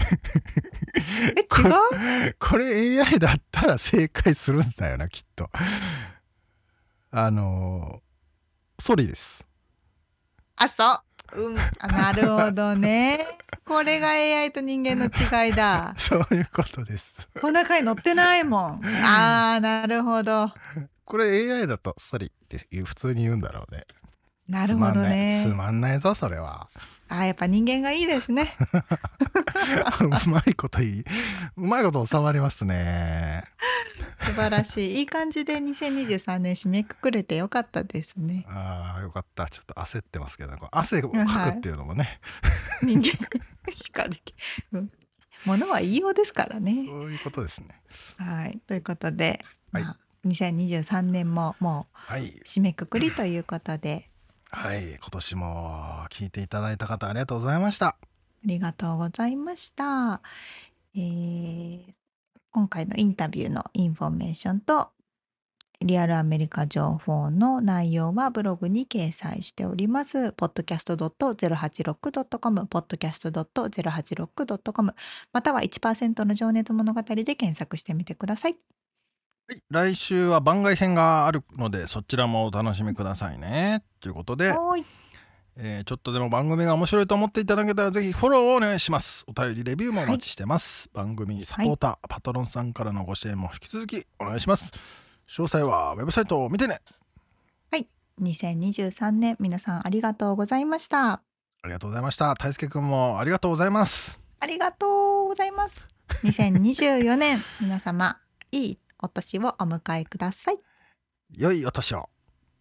[SPEAKER 4] これ エーアイ だったら正解するんだよなきっと。あのー、ソリです。
[SPEAKER 1] あ、そう、うん、あ、なるほどね。これが エーアイ と人間の違いだ。
[SPEAKER 4] そういうことです。
[SPEAKER 1] トナカイ乗ってないもん。あー、なるほど。
[SPEAKER 4] これ エーアイ だとソリって普通に言うんだろうね。
[SPEAKER 1] なるほどね。
[SPEAKER 4] つまんない、つまんないぞそれは。
[SPEAKER 1] あ、やっぱ人間がいいですね。
[SPEAKER 4] うまいこといい、うまいこと収まりますね。
[SPEAKER 1] 素晴らしい。いい感じでにせんにじゅうさんねん締めくくれてよかったですね。
[SPEAKER 4] ああよかった。ちょっと焦ってますけど、汗をかくっていうのもね、
[SPEAKER 1] はい、人間しかでき、うん、ものは言いようですからね。
[SPEAKER 4] そういうことですね。
[SPEAKER 1] はい、ということで、
[SPEAKER 4] はい、
[SPEAKER 1] まあ、にせんにじゅうさんねんももう締めくくりということで、
[SPEAKER 4] はい、はい、今年も聞いていただいた方ありがとうございました。あ
[SPEAKER 1] りがとうございました。えー、今回のインタビューのインフォメーションとリアルアメリカ情報の内容はブログに掲載しております。ポッドキャスト ドットゼロはちろく ドットコム、ポッドキャスト ドットゼロはちろく ドットコム、または いちパーセント の情熱物語で検索してみてください。
[SPEAKER 4] はい、来週は番外編があるのでそちらもお楽しみくださいね。ということで、 えー、ちょっとでも番組が面白いと思っていただけたらぜひフォローをお願いします。お便りレビューもお待ちしてます、はい、番組サポーター、はい、パトロンさんからのご支援も引き続きお願いします。詳細はウェブサイトを見てね。
[SPEAKER 1] はい、にせんにじゅうさんねん皆さんありがとうございました。
[SPEAKER 4] ありがとうございました。大輔くんもありがとうございます。
[SPEAKER 1] ありがとうございます。にせんにじゅうよねん皆様いいお年をお迎えください。
[SPEAKER 4] 良いお年を。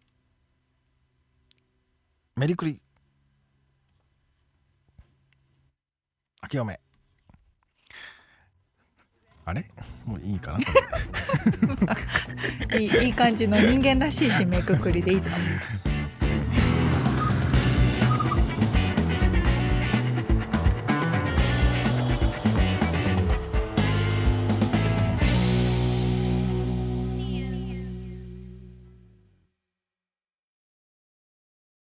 [SPEAKER 4] メリクリ。明けおめ。あれもういいかな。
[SPEAKER 1] いい、いい感じの人間らしい締めくくりでいいと思います。